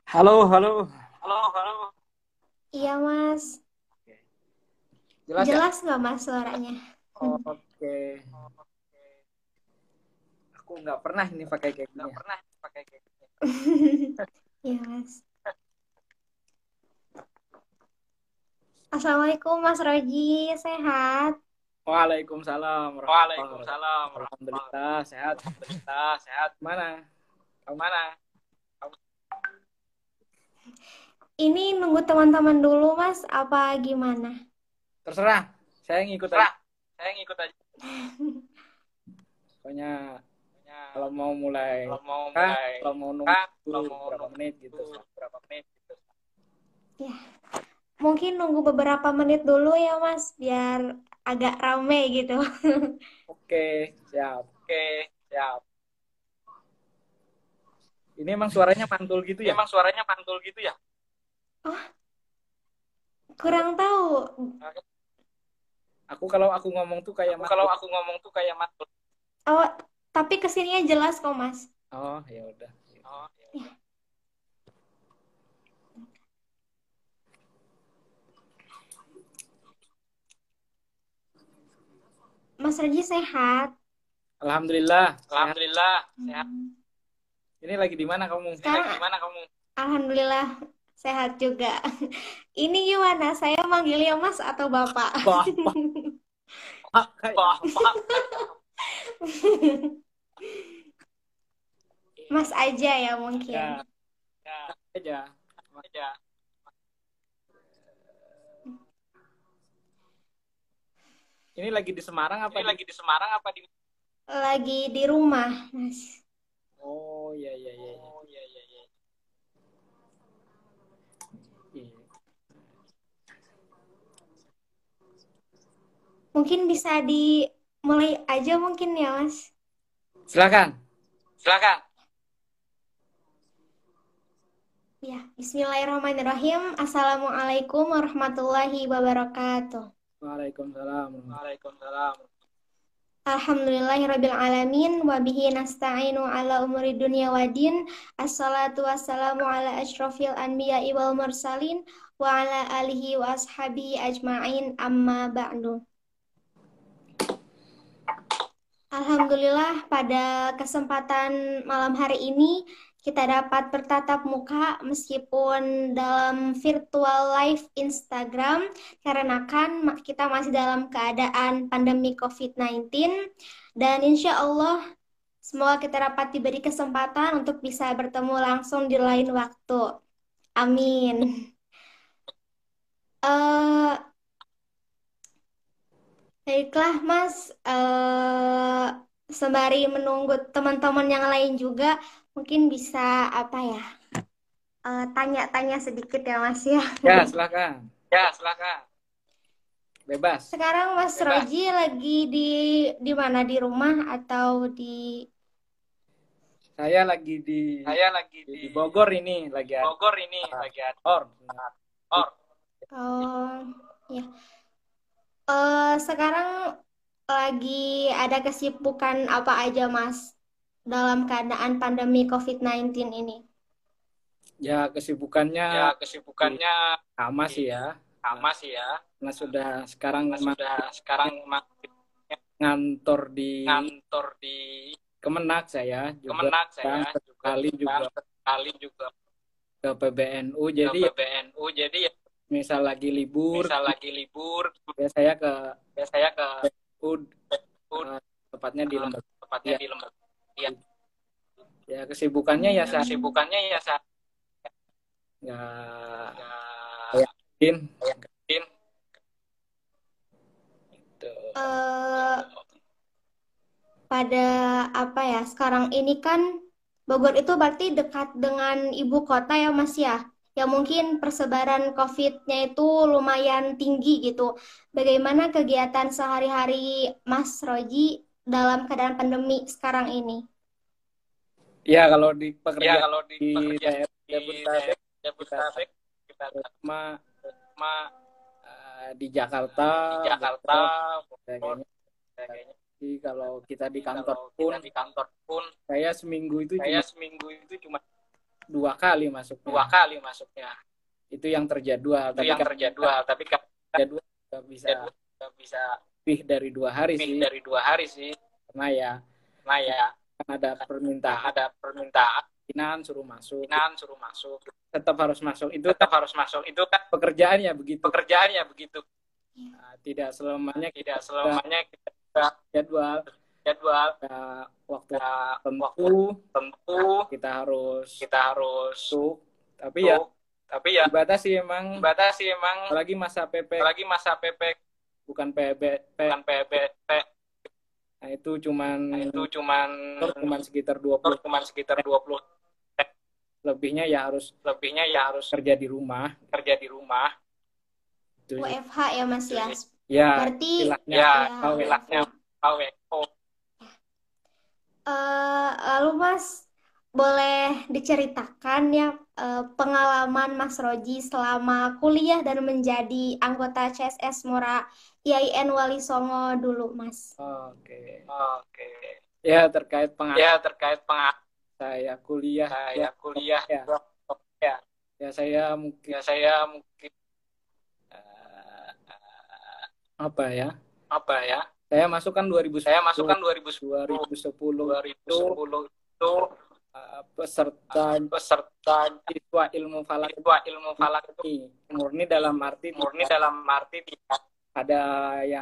Halo, halo. Halo, halo. Iya, Mas. Jelas ya? Jelas nggak, Mas, suaranya? Oke. Aku nggak pernah ini pakai kayak gini Nggak ya. pernah pakai kayak gini. Iya, Mas. Assalamualaikum, Mas Roji. Sehat? Waalaikumsalam warahmatullahi wabarakatuh. Waalaikumsalam Alhamdulillah warahmatullahi sehat. wabarakatuh. Alhamdulillah, sehat. Mana? Kamu Mana? Ini nunggu teman-teman dulu, Mas. Apa gimana? terserah. Saya ngikut aja. Terserah. Saya ngikut aja. Pokoknya Ya, kalau mau mulai, kalau mau mulai, kalau mau nunggu kalau mau berapa nunggu menit gitu. berapa menit gitu. Ya, mungkin nunggu beberapa menit dulu ya, Mas, biar agak rame gitu. Oke, siap. Oke, siap. Ini emang suaranya mantul gitu Ini ya? emang suaranya mantul gitu ya? Oh, kurang tahu. Kalau aku ngomong tuh kayak Kalau mantul. aku ngomong tuh kayak mantul. Oh, tapi kesininya jelas kok, Mas. Oh, ya udah. Oh, ya. Mas Raji sehat? Alhamdulillah sehat. Alhamdulillah, sehat. Ini lagi di mana kamu? Sekarang lagi gimana kamu? Alhamdulillah sehat juga. Ini gimana? Saya manggilnya Mas atau Bapak? Bapak, kayak Bapak. Mas aja ya mungkin. ya Ya, aja. aja. Ini lagi di Semarang apa Ini di? lagi di Semarang apa di? Lagi di rumah, Mas. Oh, iya iya iya iya. Oh, iya iya iya. Iya. Mungkin bisa dimulai aja mungkin ya, Mas. Silakan. Silakan. Ya, Bismillahirrahmanirrahim. Assalamualaikum warahmatullahi wabarakatuh. Waalaikumsalam. Waalaikumsalam. Alhamdulillahirabbil alamin wa bihi nasta'inu ala umuri dunya waddin. Assalatu wassalamu ala asyrafil anbiya'i wal mursalin wa ala alihi wa ashabihi ajma'in amma ba'du. Alhamdulillah pada kesempatan malam hari ini kita dapat bertatap muka meskipun dalam virtual live Instagram karena kan kita masih dalam keadaan pandemi COVID-19 dan insya Allah semoga kita dapat diberi kesempatan untuk bisa bertemu langsung di lain waktu. Amin. Eh, Baiklah, Mas. Sembari menunggu teman-teman yang lain juga, mungkin bisa apa ya? Tanya-tanya sedikit ya, Mas ya. Ya, silakan. Ya, silakan. Bebas. Sekarang Mas Bebas. Roji lagi di mana? Di rumah atau di? Saya lagi Saya lagi di Bogor ini, lagi ada Bogor ini, lagi ada or. or. Oh, ya. Sekarang lagi ada kesibukan apa aja, Mas, dalam keadaan pandemi COVID-19 ini? Ya, kesibukannya Ya, kesibukannya sama sih ya. sama sih ya. Karena sudah sekarang Nah, sudah sekarang ngantor di ngantor di Kemenak saya juga. Kemenak Sekarang saya juga sekali juga sekali juga ke PBNU. ke Jadi ya, PBNU. Jadi ya, misal lagi libur, misal lagi libur, ya saya ke ya saya ke PBNU, tepatnya di lembaga. tepatnya Ya, di lembaga. Ya, ya kesibukannya ya saya kesibukannya ya saya nggak ya, yakin mungkin gitu. pada apa ya, sekarang ini kan Bogor itu berarti dekat dengan ibu kota ya Mas ya. Ya mungkin persebaran COVID-nya itu lumayan tinggi gitu. Bagaimana kegiatan sehari-hari Mas Roji dalam keadaan pandemi sekarang ini? Ya kalau di Ya pekerjaan kalau di di pekerjaan daerah di Jabodetabek daerah kita Jabodetabek kita sama sama di Jakarta, di Jakarta, Bogor, Bogor, sebagainya. sebagainya. Jadi kalau kita di Jadi kantor kalau pun kita di kantor pun saya seminggu itu saya cuma seminggu itu cuma dua kali masuknya. Itu yang terjadwal. Tapi kan jadwal nggak bisa lebih dari 2 hari sih. Karena ya kan ada permintaan pimpinan suruh masuk. Tetap harus masuk. Itu kan pekerjaannya begitu. Nah, tidak selamanya kita jadwal waktu tentu kita harus masuk. Tapi ya dibatasi emang apalagi masa PP bukan PB. Nah, itu cuman sekitar 20. Lebihnya ya harus kerja di rumah. Itu WFH ya Mas ya. ya Berarti istilahnya WFO. Lalu Mas boleh diceritakan ya pengalaman Mas Roji selama kuliah dan menjadi anggota CSS Mora IAIN Wali Songo dulu Mas. Oke. Ya terkait pengalaman saya kuliah ya saya mungkin apa ya? Saya masuk kan 2010 itu peserta siswa ilmu falak ini murni dalam arti ada yang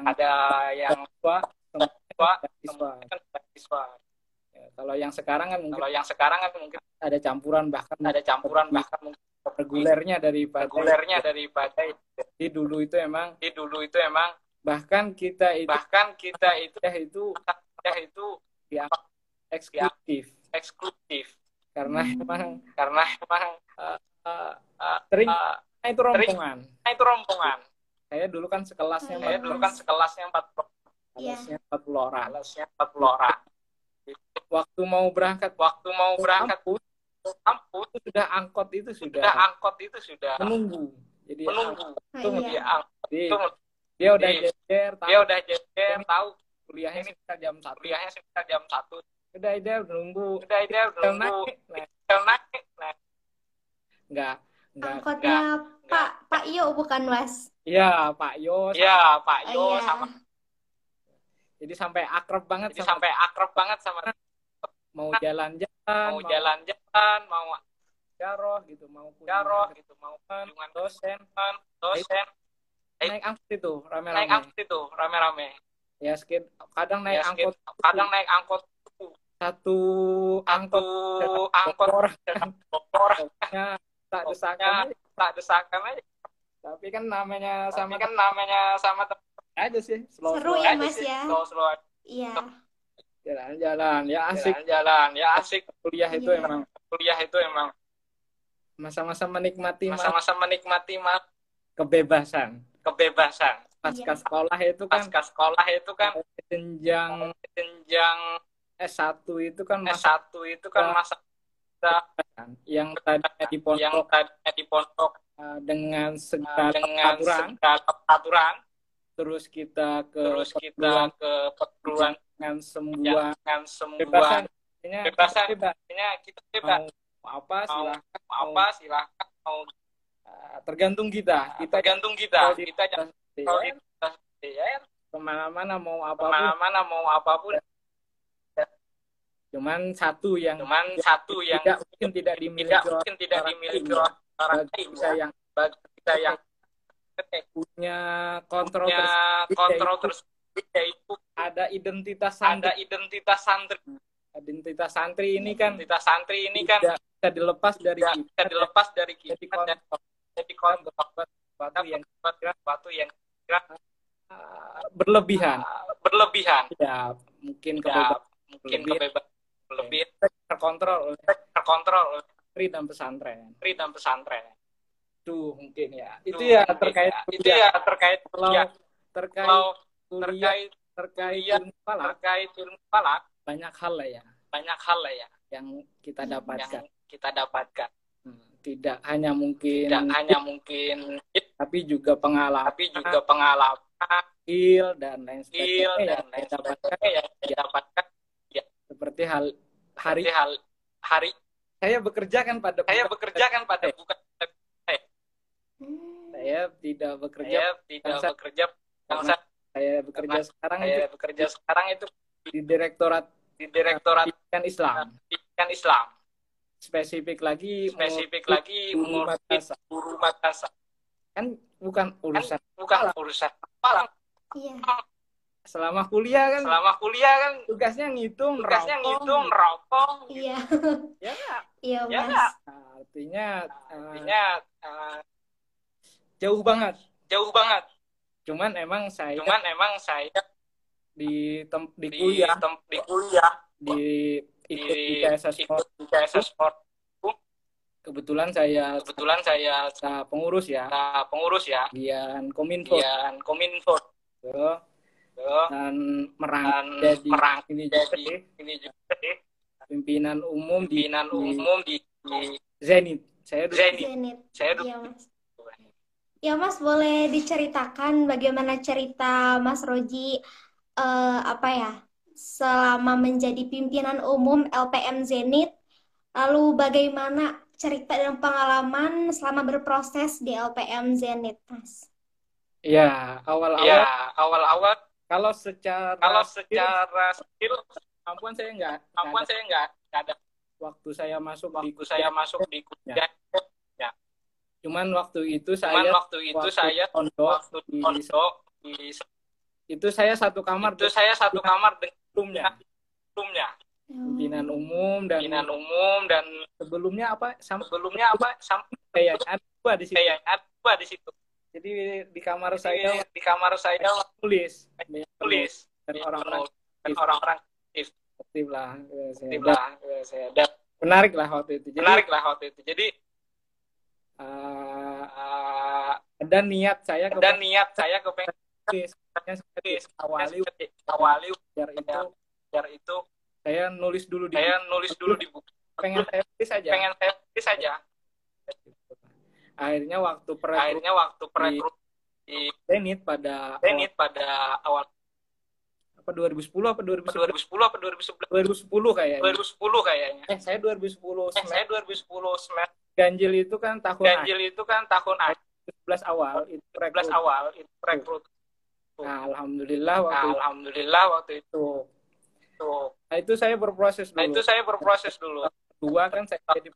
siswa. Ya, kalau yang sekarang kan mungkin ada campuran bahkan regulernya daripada jadi dulu itu emang bahkan kita itu yang eksklusif karena emang sering itu rombongan. Saya dulu kan sekelasnya 40 orang. Waktu mau berangkat kampus itu sudah angkot itu sudah menunggu. Jadi dia udah jejer tahu kuliahnya sekitar jam 1. Udah nunggu. Naik. Enggak. Angkotnya Pak Yo bukan Mas? Iya, Pak Yo. Sama. Jadi sampai akrab banget sama mau jalan-jalan, mau jaroh gitu, mau kunjungan dosen. Naik angkot itu rame-rame. Ya kadang naik angkot satu angkot orangnya tak desakan aja. Tapi kan namanya sama aja sih. Seru ya Mas ya. Iya. Jalan-jalan ya asik. Kuliah itu emang masa-masa menikmati kebebasan. Pasca sekolah itu kan jenjang S1 itu kan masa yang tadinya di pondok dengan segala aturan terus kita ke perguruan dengan semua bebasan kita bebas mau apa silahkan mau tergantung kita kemana-mana mau apapun cuman satu yang tidak mungkin tidak dimiliki orang lain kita yang punya kontrol tersebut yaitu ada identitas santri ini kan tidak bisa dilepas dari kita jadi sesuatu yang berlebihan ya mungkin kebebasan lebih terkontrol oleh freedom pesantren itu mungkin ya itu ya terkait ilmu falak banyak hal lah ya yang kita dapatkan tidak hanya mungkin tapi juga pengalaman skill dan lain sebagainya yang didapatkan ya seperti hari Saya bekerja kan pada bukan saya tidak bekerja bangsa. Saya bekerja sekarang itu di Direktorat Pendidikan Islam. Spesifik lagi guru madrasah. Kan bukan urusan kepala. Iya. Selama kuliah kan tugasnya ngitung rokok. Iya. Ya nggak? Iya, Ya Mas. nggak? Artinya jauh banget. Cuman emang saya di kuliah di ikut IKSS Sport. Kebetulan saya pengurus ya. Bagian Kominfo. Dan merangkap ini juga pimpinan umum di Zenit. Saya Zenit. Iya, Mas. Ya, Mas, boleh diceritakan bagaimana cerita Mas Roji selama menjadi pimpinan umum LPM Zenit, lalu bagaimana cerita dan pengalaman selama berproses di LPM Zenit, Mas? Ya, awal-awal kalau secara skill kemampuan saya nggak ada. Waktu saya masuk di kuliah. Cuman waktu itu saya pondok itu saya satu kamar dengan sebelumnya pimpinan umum dan sebelumnya saya dua di situ. Jadi di kamar saya tulis dan orang-orang aktif lah. Saya menarik lah waktu itu. Jadi ada niat saya kepengen awali biar itu saya nulis dulu di buku. Pengen saya tulis saja. Akhirnya waktu perekrut di Zenit pada awal 2010 apa 2011 kayaknya. Saya 2010 semester. Ganjil itu kan tahun 2011 awal itu rekrut. Nah, alhamdulillah waktu itu. Nah, itu saya berproses dulu. Kedua kan saya jadi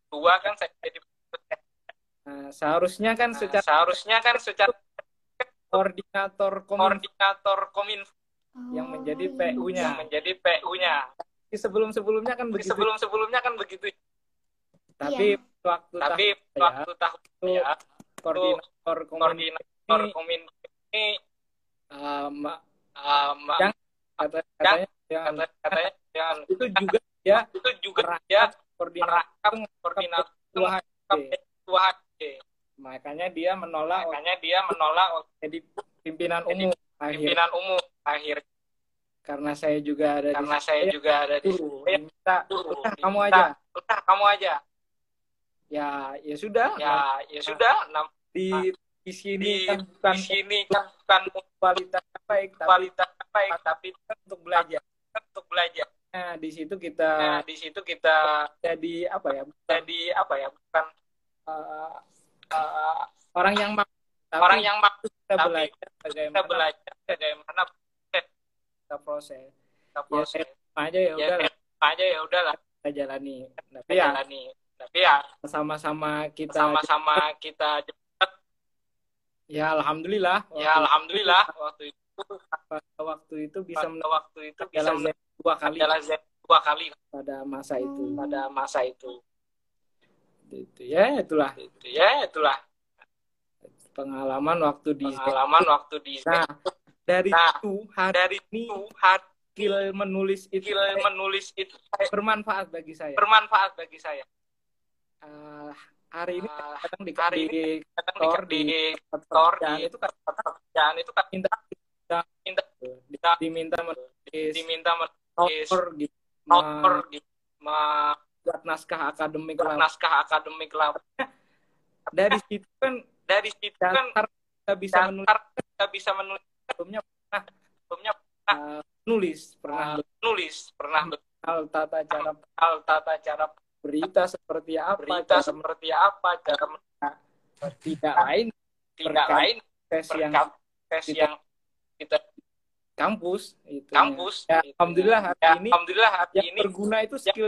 nah, seharusnya kan secara koordinator Kominfo yang menjadi PU-nya. Sebelum-sebelumnya kan begitu. Tapi waktu tahun koordinator Kominfo ini katanya itu juga dia koordinator makanya dia menolak jadi pimpinan umum akhir karena saya juga ada di minta kamu aja ya sudah di sini kan bukan kualitas baik tapi untuk belajar. Nah, di situ kita jadi bukan orang yang mampu kita belajar bagaimana kita proses. Ya udahlah kita jalani. Tapi ya sama-sama kita ya alhamdulillah waktu itu bisa dua kali pada masa itu. Itu ya itulah pengalaman waktu di nah dari itu skill menulis itu bermanfaat bagi saya. Hari ini kadang di kantor itu kan diminta menulis buat naskah akademik lah. Dari situ kan kita bisa menulis sebelumnya pernah nulis pernah hal tata cara berita seperti apa, berita seperti apa, cara tidak lain tes yang kita kampus itu. Ya, alhamdulillah hari ini yang berguna itu skill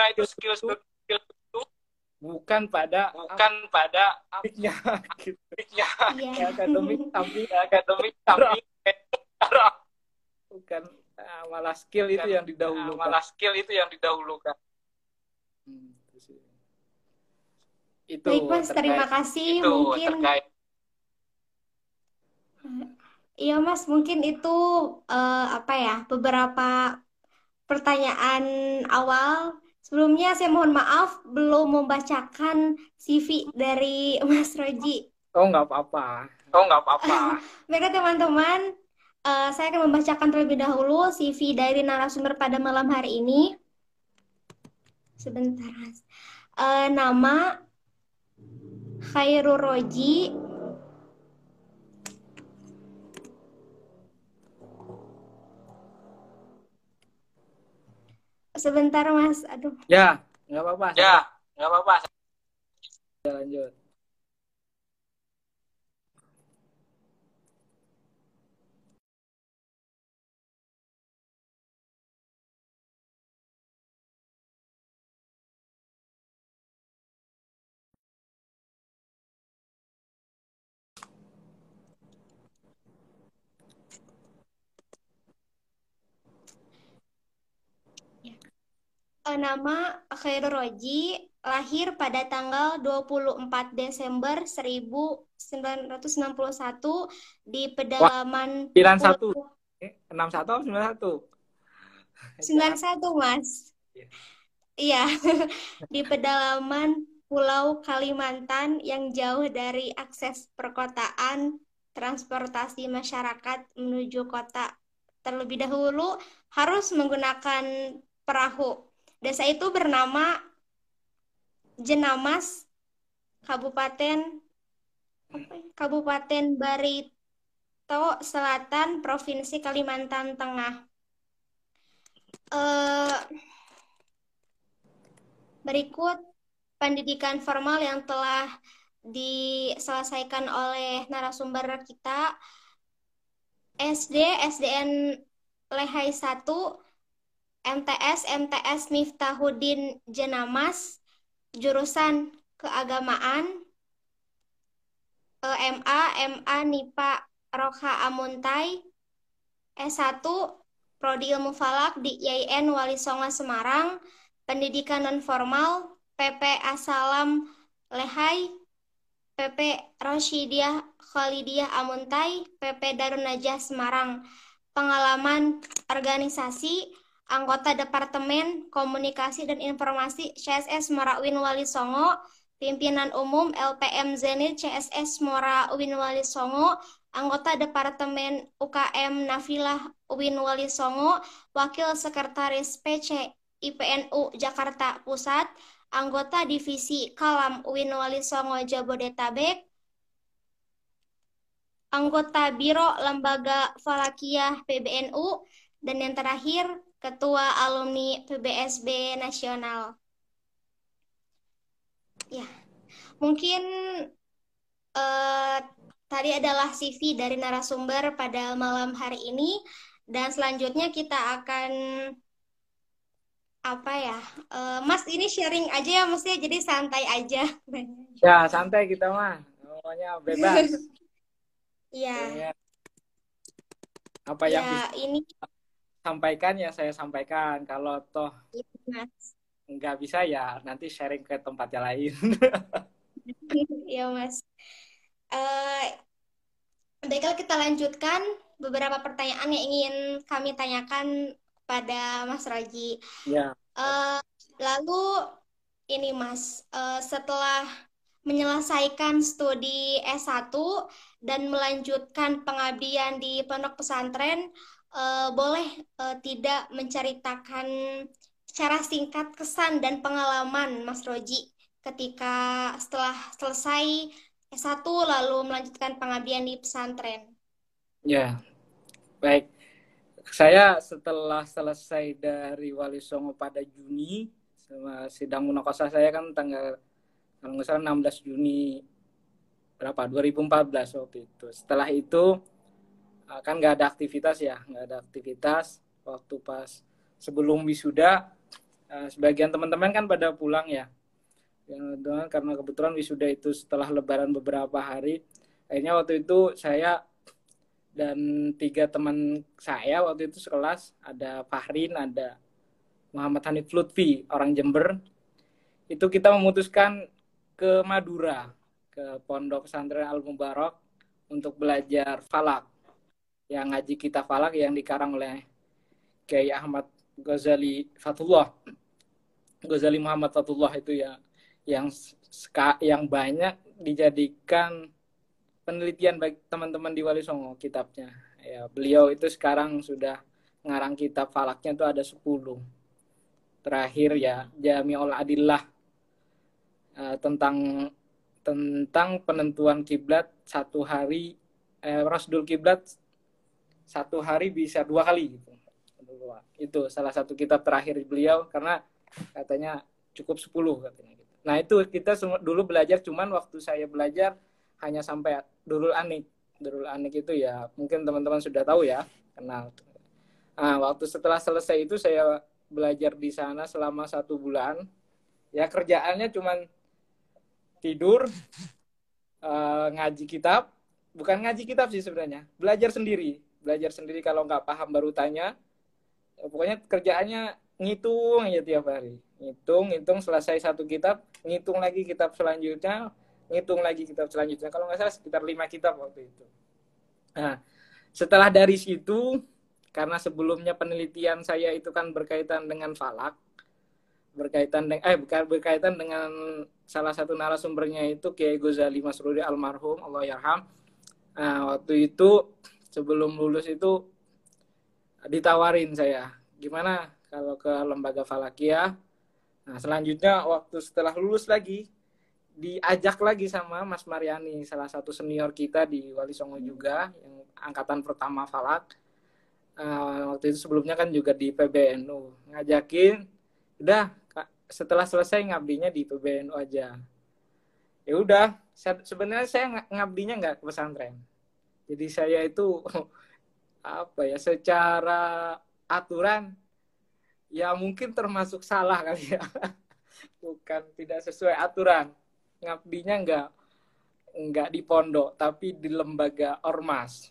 bukan pada apliknya gitu. Iya. akademik tapi bukan malah skill itu yang didahulukan. Itu Baik Mas, terima kasih. itu Mungkin terkait. Iya Mas, mungkin itu beberapa pertanyaan awal. Sebelumnya saya mohon maaf belum membacakan CV dari Mas Roji. Oh nggak apa-apa. Baiklah teman-teman, saya akan membacakan terlebih dahulu CV dari narasumber pada malam hari ini. Sebentar Mas. Nama Khairul Roji. Sebentar Mas, aduh. Ya, nggak apa-apa. Ya, Lanjut. Nama Khairul Roji, lahir pada tanggal 24 Desember 1961 di pedalaman 91. 61 atau 91? 91 Mas. Iya, di pedalaman Pulau Kalimantan yang jauh dari akses perkotaan, transportasi masyarakat menuju kota. Terlebih dahulu harus menggunakan perahu. Desa itu bernama Jenamas, Kabupaten Barito Selatan, Provinsi Kalimantan Tengah. Berikut pendidikan formal yang telah diselesaikan oleh narasumber kita. SDN Lehai 1, MTS Miftahuddin Jenamas, jurusan keagamaan, MA NIPA Roka Amuntai, S1 Prodi Ilmu Falak di IAIN Wali Songo Semarang, pendidikan non formal, PP Asalam Lehai, PP Rosyidiah Khalidiyah Amuntai, PP Darun Najah Semarang. Pengalaman organisasi, anggota Departemen Komunikasi dan Informasi CSS Morawin Wali Songo, pimpinan umum LPM Zenit CSS Morawin Wali Songo, anggota Departemen UKM Nafilah UIN Wali Songo, wakil sekretaris PC IPNU Jakarta Pusat, anggota divisi Kalam UIN Wali Songo Jabodetabek, anggota Biro Lembaga Falakiyah PBNU, dan yang terakhir, Ketua Alumni PBSB Nasional. Ya, mungkin tadi adalah CV dari narasumber pada malam hari ini, dan selanjutnya kita akan Mas ini sharing aja ya, maksudnya jadi santai aja. Ya, santai kita mah. Namanya bebas. Iya. Apa yang bisa ini sampaikan ya saya sampaikan. Kalau toh Mas, nggak bisa ya nanti sharing ke tempat yang lain. Iya Mas. Baiklah kita lanjutkan beberapa pertanyaan yang ingin kami tanyakan pada Mas Roji. Ya. Lalu ini Mas, setelah menyelesaikan studi S1 dan melanjutkan pengabdian di pondok pesantren, boleh tidak menceritakan secara singkat kesan dan pengalaman Mas Roji ketika setelah selesai S1 lalu melanjutkan pengabdian di pesantren? Ya, baik. Saya setelah selesai dari Wali Songo pada Juni Sama sidang munakosah saya kan tanggal kalau nggak salah 16 Juni berapa 2014 waktu itu. Setelah itu kan nggak ada aktivitas ya, nggak ada aktivitas waktu pas sebelum wisuda. Sebagian teman-teman kan pada pulang ya, karena kebetulan wisuda itu setelah Lebaran beberapa hari. Akhirnya waktu itu saya dan 3 teman saya waktu itu sekelas, ada Fahrin, ada Muhammad Hanif Lutfi, orang Jember. Itu kita memutuskan ke Madura, ke Pondok Pesantren Al Mubarak untuk belajar falak. Yang ngaji kitab falak yang dikarang oleh Kiai Ahmad Ghazali Fatullah. Ghazali Muhammad Fatullah itu ya yang banyak dijadikan penelitian bagi teman-teman di Wali Songo kitabnya. Ya, beliau itu sekarang sudah ngarang kitab falaknya itu ada 10. Terakhir ya Jami'ul Adillah tentang penentuan kiblat 1 hari Rasdul kiblat 1 hari bisa 2 kali gitu. Itu salah satu kitab terakhir beliau karena katanya cukup 10 katanya gitu. Nah, itu kita dulu belajar, cuman waktu saya belajar hanya sampai Durul Anik. Durul Anik itu ya mungkin teman-teman sudah tahu ya, kenal. Nah, waktu setelah selesai itu saya belajar di sana selama 1 bulan. Ya kerjaannya cuman tidur, ngaji kitab. Bukan ngaji kitab sih sebenarnya, belajar sendiri kalau nggak paham baru tanya. Pokoknya kerjaannya ngitung aja tiap hari, ngitung selesai 1 kitab, ngitung lagi kitab selanjutnya, kalau nggak salah sekitar 5 kitab waktu itu. Nah, setelah dari situ, karena sebelumnya penelitian saya itu kan berkaitan dengan falak, berkaitan dengan salah satu narasumbernya itu Kiai Ghazali Masruri almarhum, Allah yarham. Nah, waktu itu sebelum lulus itu ditawarin saya, gimana kalau ke lembaga falakiyah. Nah, selanjutnya waktu setelah lulus lagi diajak lagi sama Mas Mariani, salah satu senior kita di Wali Songo juga, yang angkatan pertama falak. Waktu itu sebelumnya kan juga di PBNU, ngajakin, udah setelah selesai ngabdinya di PBNU aja. Ya udah, sebenarnya saya ngabdinya nggak ke pesantren. Jadi saya itu secara aturan ya mungkin termasuk salah kali ya. Bukan tidak sesuai aturan. Ngabdinya nggak di pondok, tapi di lembaga ormas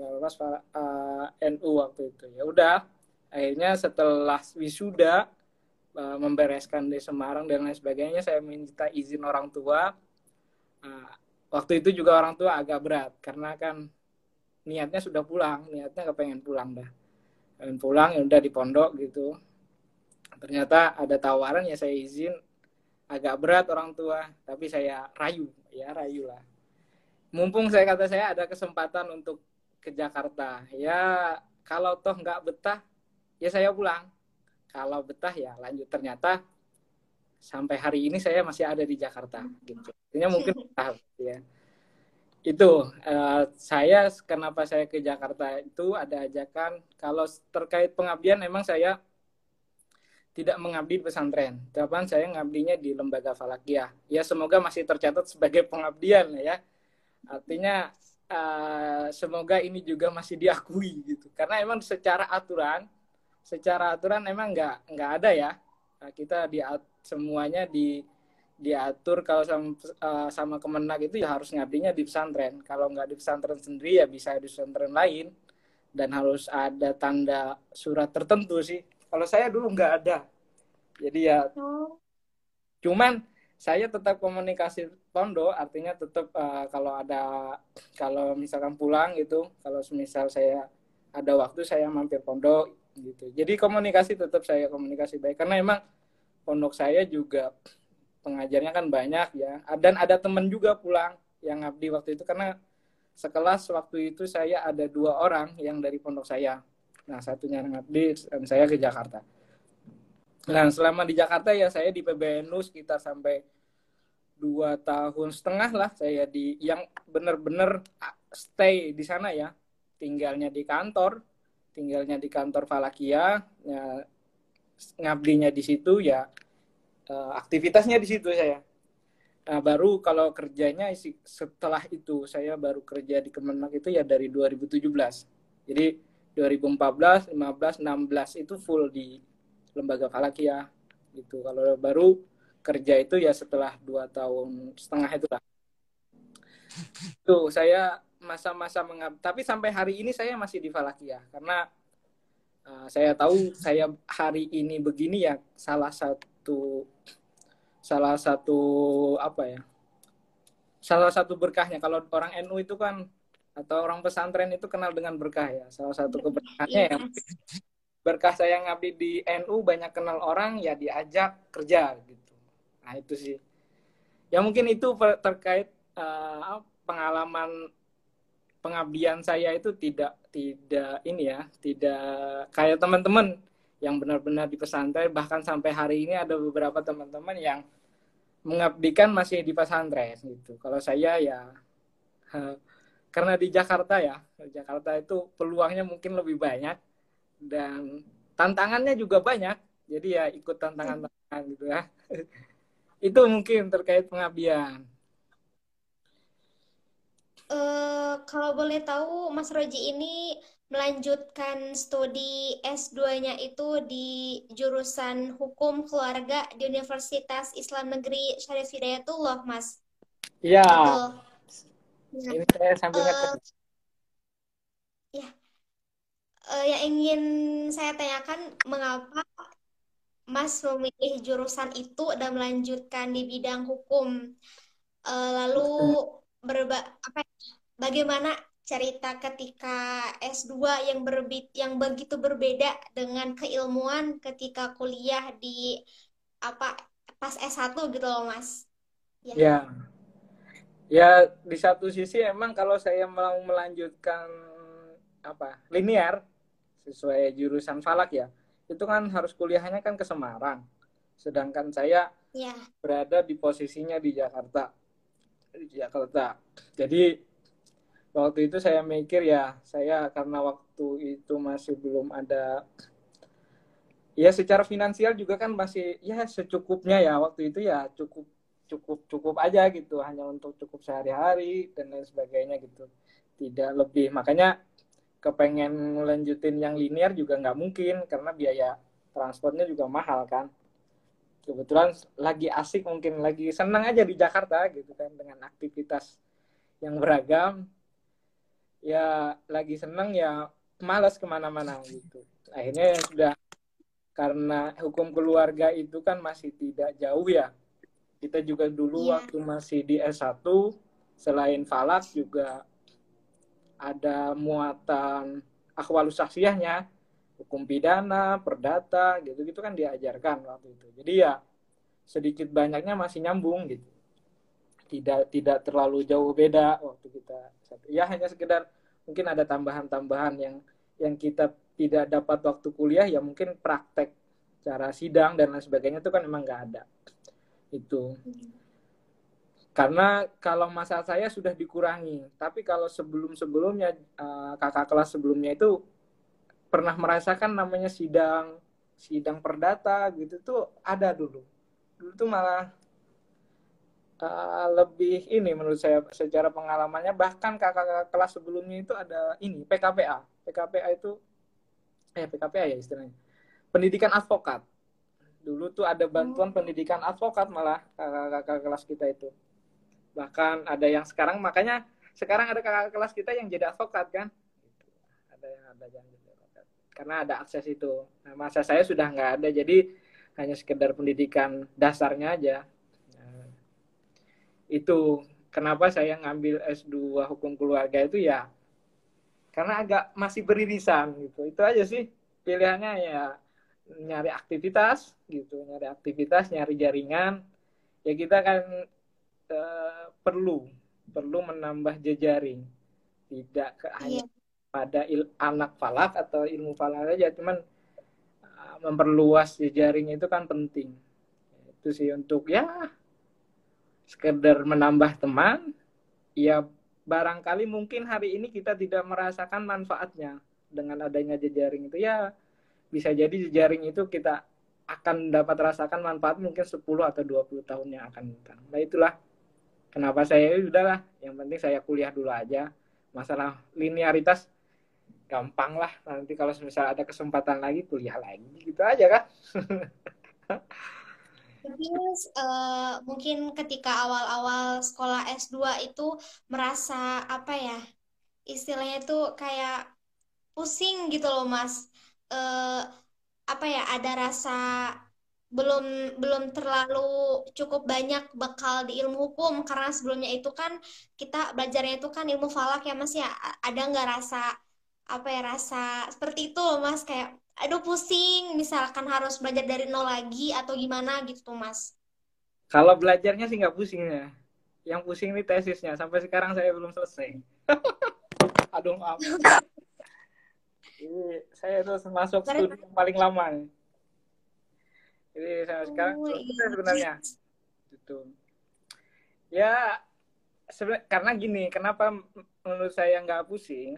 NU waktu itu. Ya udah, akhirnya setelah wisuda membereskan di Semarang dan lain sebagainya, saya minta izin orang tua. Waktu itu juga orang tua agak berat karena kan niatnya sudah pulang, niatnya kepengen pulang dah. Pengen pulang ya udah di pondok gitu. Ternyata ada tawaran ya saya izin, agak berat orang tua, tapi saya rayu lah. Mumpung saya ada kesempatan untuk ke Jakarta. Ya kalau toh nggak betah, ya saya pulang. Kalau betah ya lanjut. Ternyata sampai hari ini saya masih ada di Jakarta gitu. Artinya mungkin betah ya. Itu saya kenapa saya ke Jakarta itu ada ajakan kalau terkait pengabdian memang saya tidak mengabdi di pesantren. Tapi saya ngabdinya di lembaga falakiyah. Ya semoga masih tercatat sebagai pengabdian ya. Artinya semoga ini juga masih diakui gitu. Karena emang secara aturan emang nggak ada ya. Kita semuanya diatur kalau sama Kemenak itu ya harus ngabdinya di pesantren. Kalau nggak di pesantren sendiri ya bisa di pesantren lain dan harus ada tanda surat tertentu sih. Kalau saya dulu nggak ada, jadi ya cuman saya tetap komunikasi pondok, artinya tetap kalau misalkan pulang gitu, kalau misal saya ada waktu saya mampir pondok gitu. Jadi tetap saya komunikasi baik karena emang pondok saya juga pengajarnya kan banyak ya, dan ada teman juga pulang yang ngabdi waktu itu karena sekelas waktu itu saya ada 2 orang yang dari pondok saya. Nah, satunya ngabdi dan saya ke Jakarta. Nah, selama di Jakarta ya saya di PBNU sekitar sampai 2,5 tahun lah saya yang benar-benar stay di sana ya. Tinggalnya di kantor falakiyah, ya, ngabdinya di situ ya. aktivitasnya di situ saya. Nah, baru kalau kerjanya setelah itu saya baru kerja di Kemenak itu ya dari 2017. Jadi 2014, 15, 16 itu full di lembaga Falakia gitu. Kalau baru kerja itu ya setelah 2 tahun setengah itu lah. Tuh saya masa-masa tapi sampai hari ini saya masih di Falakia karena saya tahu saya hari ini begini ya salah satu apa ya, salah satu berkahnya. Kalau orang NU itu kan atau orang pesantren itu kenal dengan berkah ya. Salah satu keberkahannya ya berkah saya ngabdi di NU, banyak kenal orang ya, diajak kerja gitu. Nah itu sih ya, mungkin itu terkait pengalaman pengabdian saya itu tidak ini ya, tidak kayak teman-teman yang benar-benar di pesantren. Bahkan sampai hari ini ada beberapa teman-teman yang mengabdikan masih di pesantren gitu. Kalau saya ya karena di Jakarta ya, Jakarta itu peluangnya mungkin lebih banyak dan tantangannya juga banyak. Jadi ya ikut tantangan-tantangan gitu ya. Itu mungkin terkait pengabdian. Kalau boleh tahu, Mas Roji ini melanjutkan studi S2-nya itu di jurusan Hukum Keluarga di Universitas Islam Negeri Syarif Hidayatullah, Mas. Iya. Betul. Ini saya sambil ngetes. Ya, yang ingin saya tanyakan, mengapa Mas memilih jurusan itu dan melanjutkan di bidang hukum? Lalu bagaimana cerita ketika S2 yang begitu berbeda dengan keilmuan ketika kuliah di pas S1 gitu loh, Mas? Ya. Ya, di satu sisi emang kalau saya mau melanjutkan linear sesuai jurusan Falak ya, itu kan harus kuliahnya kan ke Semarang. Sedangkan saya berada di posisinya di Jakarta. Jadi waktu itu saya mikir ya, saya karena waktu itu masih belum ada ya, secara finansial juga kan masih ya secukupnya ya, waktu itu ya cukup aja gitu, hanya untuk cukup sehari-hari dan lain sebagainya gitu, tidak lebih. Makanya kepengen melanjutin yang linear juga nggak mungkin karena biaya transportnya juga mahal kan. Kebetulan lagi asik, mungkin lagi senang aja di Jakarta gitu kan, dengan aktivitas yang beragam ya, lagi senang ya, malas kemana-mana gitu. Akhirnya sudah, karena hukum keluarga itu kan masih tidak jauh ya. Kita juga dulu waktu masih di S1, selain Falak juga ada muatan akhwalus syakhsiyahnya, hukum pidana, perdata, gitu-gitu kan diajarkan waktu itu. Jadi ya sedikit banyaknya masih nyambung gitu. Tidak terlalu jauh beda waktu kita. Ya hanya sekedar mungkin ada tambahan-tambahan yang kita tidak dapat waktu kuliah ya, mungkin praktek cara sidang dan lain sebagainya itu kan memang nggak ada. Itu karena kalau masa saya sudah dikurangi, tapi kalau sebelumnya kakak kelas sebelumnya itu pernah merasakan namanya sidang perdata gitu tuh ada dulu tuh malah lebih ini menurut saya secara pengalamannya. Bahkan kakak kelas sebelumnya itu ada ini PKPA itu PKPA ya istilahnya, pendidikan advokat. Dulu tuh ada bantuan pendidikan advokat malah kakak kelas kita itu. Bahkan ada yang sekarang, makanya sekarang ada kakak kelas kita yang jadi advokat kan. Ada yang jadi advokat. Karena ada akses itu. Nah, masa saya sudah nggak ada, jadi hanya sekedar pendidikan dasarnya aja. Nah, itu kenapa saya ngambil S2 hukum keluarga itu ya, karena agak masih beririsan gitu. Itu aja sih pilihannya ya, nyari aktivitas, nyari jaringan. Ya kita kan perlu menambah jejaring, tidak hanya pada anak falak atau ilmu falak aja, cuman memperluas jejaring itu kan penting. Itu sih untuk ya sekedar menambah teman. Ya barangkali mungkin hari ini kita tidak merasakan manfaatnya dengan adanya jejaring itu ya, bisa jadi jejaring itu kita akan dapat rasakan manfaat mungkin 10 atau 20 tahun yang akan datang. Nah itulah kenapa saya udahlah, yang penting saya kuliah dulu aja. Masalah linearitas gampang lah, nanti kalau misalnya ada kesempatan lagi kuliah lagi gitu aja kan. Terus mungkin ketika awal-awal sekolah S2 itu merasa apa ya, istilahnya tuh kayak pusing gitu loh Mas. Eh, apa ya, ada rasa belum belum terlalu cukup banyak bekal di ilmu hukum, karena sebelumnya itu kan kita belajarnya itu kan ilmu falak ya Mas ya. Ada nggak rasa apa ya, rasa seperti itu loh Mas, kayak aduh pusing misalkan harus belajar dari nol lagi atau gimana gitu Mas. Kalau belajarnya sih nggak pusing ya. Yang pusing ini tesisnya. Sampai sekarang saya belum selesai. Aduh maaf. Ini saya terus masuk studi yang paling lama nih. Jadi sampai sekarang selesai sebenarnya. Gitu. Ya karena gini, kenapa menurut saya nggak pusing?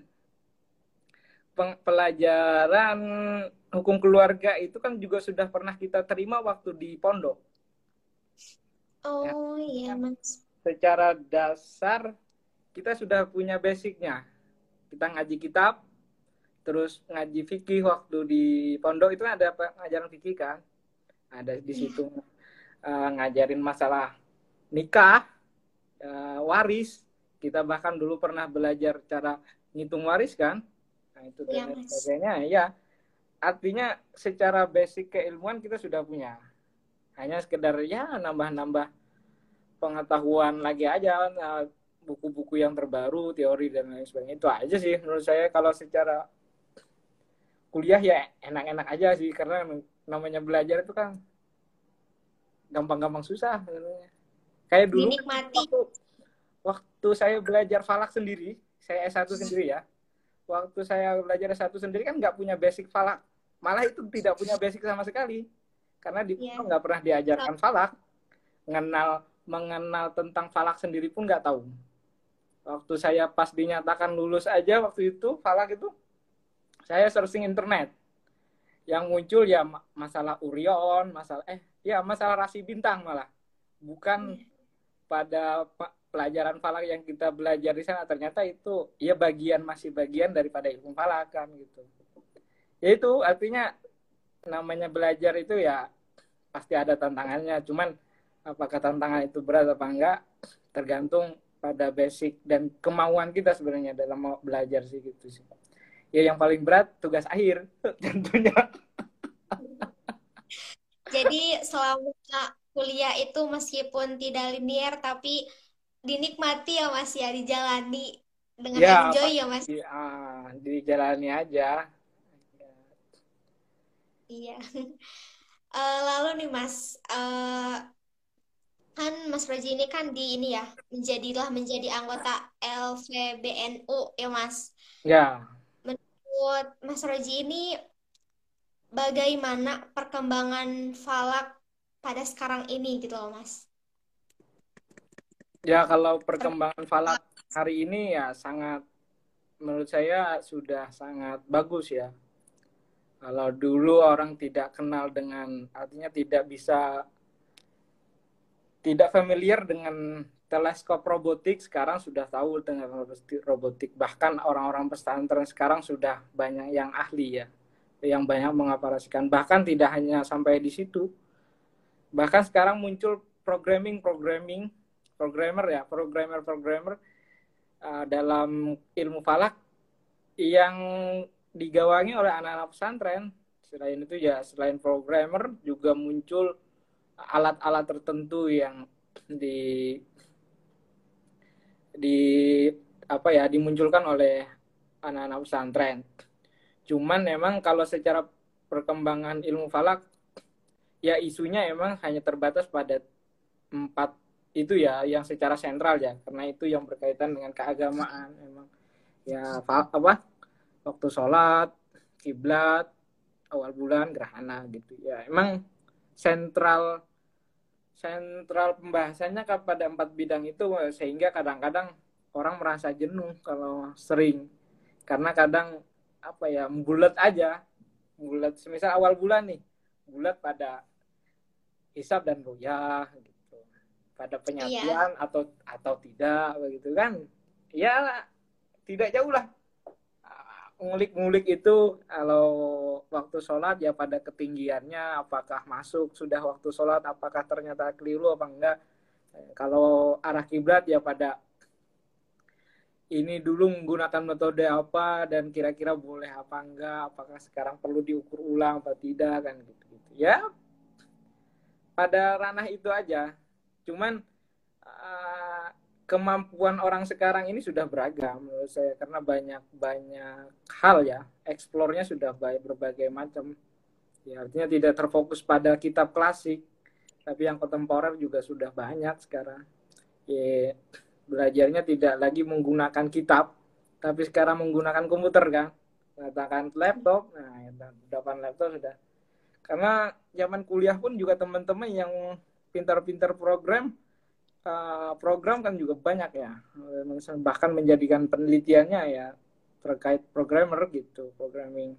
Pelajaran hukum keluarga itu kan juga sudah pernah kita terima waktu di pondok. Ya, Oh iya Mas. secara dasar kita sudah punya basicnya. Kita ngaji kitab, terus ngaji fikih waktu di pondok itu ada pengajaran fikih kan, ada di situ ngajarin masalah nikah, waris. Kita bahkan dulu pernah belajar cara ngitung waris kan, nah itu dan sebagainya ya. Artinya secara basic keilmuan kita sudah punya, hanya sekedar ya nambah-nambah pengetahuan lagi aja, buku-buku yang terbaru, teori dan lain sebagainya. Itu aja sih menurut saya. Kalau secara kuliah ya enak-enak aja sih, karena namanya belajar itu kan gampang-gampang susah sebenarnya. Kayak dulu waktu saya belajar falak sendiri, saya S1 sendiri ya. Waktu saya belajar S1 sendiri kan nggak punya basic falak. Malah itu tidak punya basic sama sekali. Karena di nggak pernah diajarkan falak. Mengenal tentang falak sendiri pun nggak tahu. Waktu saya pas dinyatakan lulus aja waktu itu, falak itu, saya searching internet. Yang muncul ya masalah Urion, masalah rasi bintang malah. Bukan pada pelajaran falak yang kita belajar di sana, ternyata itu ya masih bagian daripada ilmu falak kan gitu. Ya itu artinya namanya belajar itu ya pasti ada tantangannya, cuman apakah tantangan itu berat apa enggak tergantung pada basic dan kemauan kita sebenarnya dalam mau belajar sih gitu sih. Ya yang paling berat tugas akhir tentunya. Jadi selama kuliah itu meskipun tidak linear tapi dinikmati ya Mas ya, dijalani dengan enjoy ya Mas. Dijalani aja. Iya. Lalu nih Mas, kan Mas Roji ini kan ini ya menjadi anggota LVBNU ya Mas. Ya. Menurut Mas Roji ini bagaimana perkembangan falak pada sekarang ini gitu loh Mas? Ya kalau perkembangan falak hari ini ya menurut saya sudah sangat bagus ya. Kalau dulu orang tidak kenal artinya tidak familiar dengan teleskop robotik, sekarang sudah tahu dengan robotik. Bahkan orang-orang pesantren sekarang sudah banyak yang ahli ya, yang banyak mengoperasikan. Bahkan tidak hanya sampai di situ. Bahkan sekarang muncul programmer dalam ilmu falak yang digawangi oleh anak-anak pesantren. Selain programmer juga muncul alat-alat tertentu yang dimunculkan oleh anak-anak pesantren. Cuman memang kalau secara perkembangan ilmu falak ya isunya emang hanya terbatas pada 4 itu ya yang secara sentral ya, karena itu yang berkaitan dengan keagamaan memang ya waktu sholat, kiblat, awal bulan, gerhana gitu ya. Emang sentral pembahasannya kepada 4 bidang itu, sehingga kadang-kadang orang merasa jenuh kalau sering, karena kadang membulat aja. Semisal awal bulan nih, bulat pada hisab dan ru'yah gitu. Pada Iya. penyaksian atau tidak begitu kan. Ya tidak jauh lah. Ngulik-ngulik itu kalau waktu sholat ya pada ketinggiannya apakah masuk sudah waktu sholat, apakah ternyata keliru apa enggak. Kalau arah kiblat ya pada ini dulu menggunakan metode apa dan kira-kira boleh apa enggak, apakah sekarang perlu diukur ulang atau tidak kan gitu-gitu. Ya pada ranah itu aja. Cuman kemampuan orang sekarang ini sudah beragam menurut saya karena banyak hal ya, eksplornya sudah berbagai macam. Ya artinya tidak terfokus pada kitab klasik, tapi yang kontemporer juga sudah banyak sekarang. Ya, belajarnya tidak lagi menggunakan kitab, tapi sekarang menggunakan komputer kan, menggunakan laptop. Nah, depan laptop sudah. Karena zaman kuliah pun juga teman-teman yang pintar-pintar program kan juga banyak ya, bahkan menjadikan penelitiannya ya terkait programmer gitu, programming.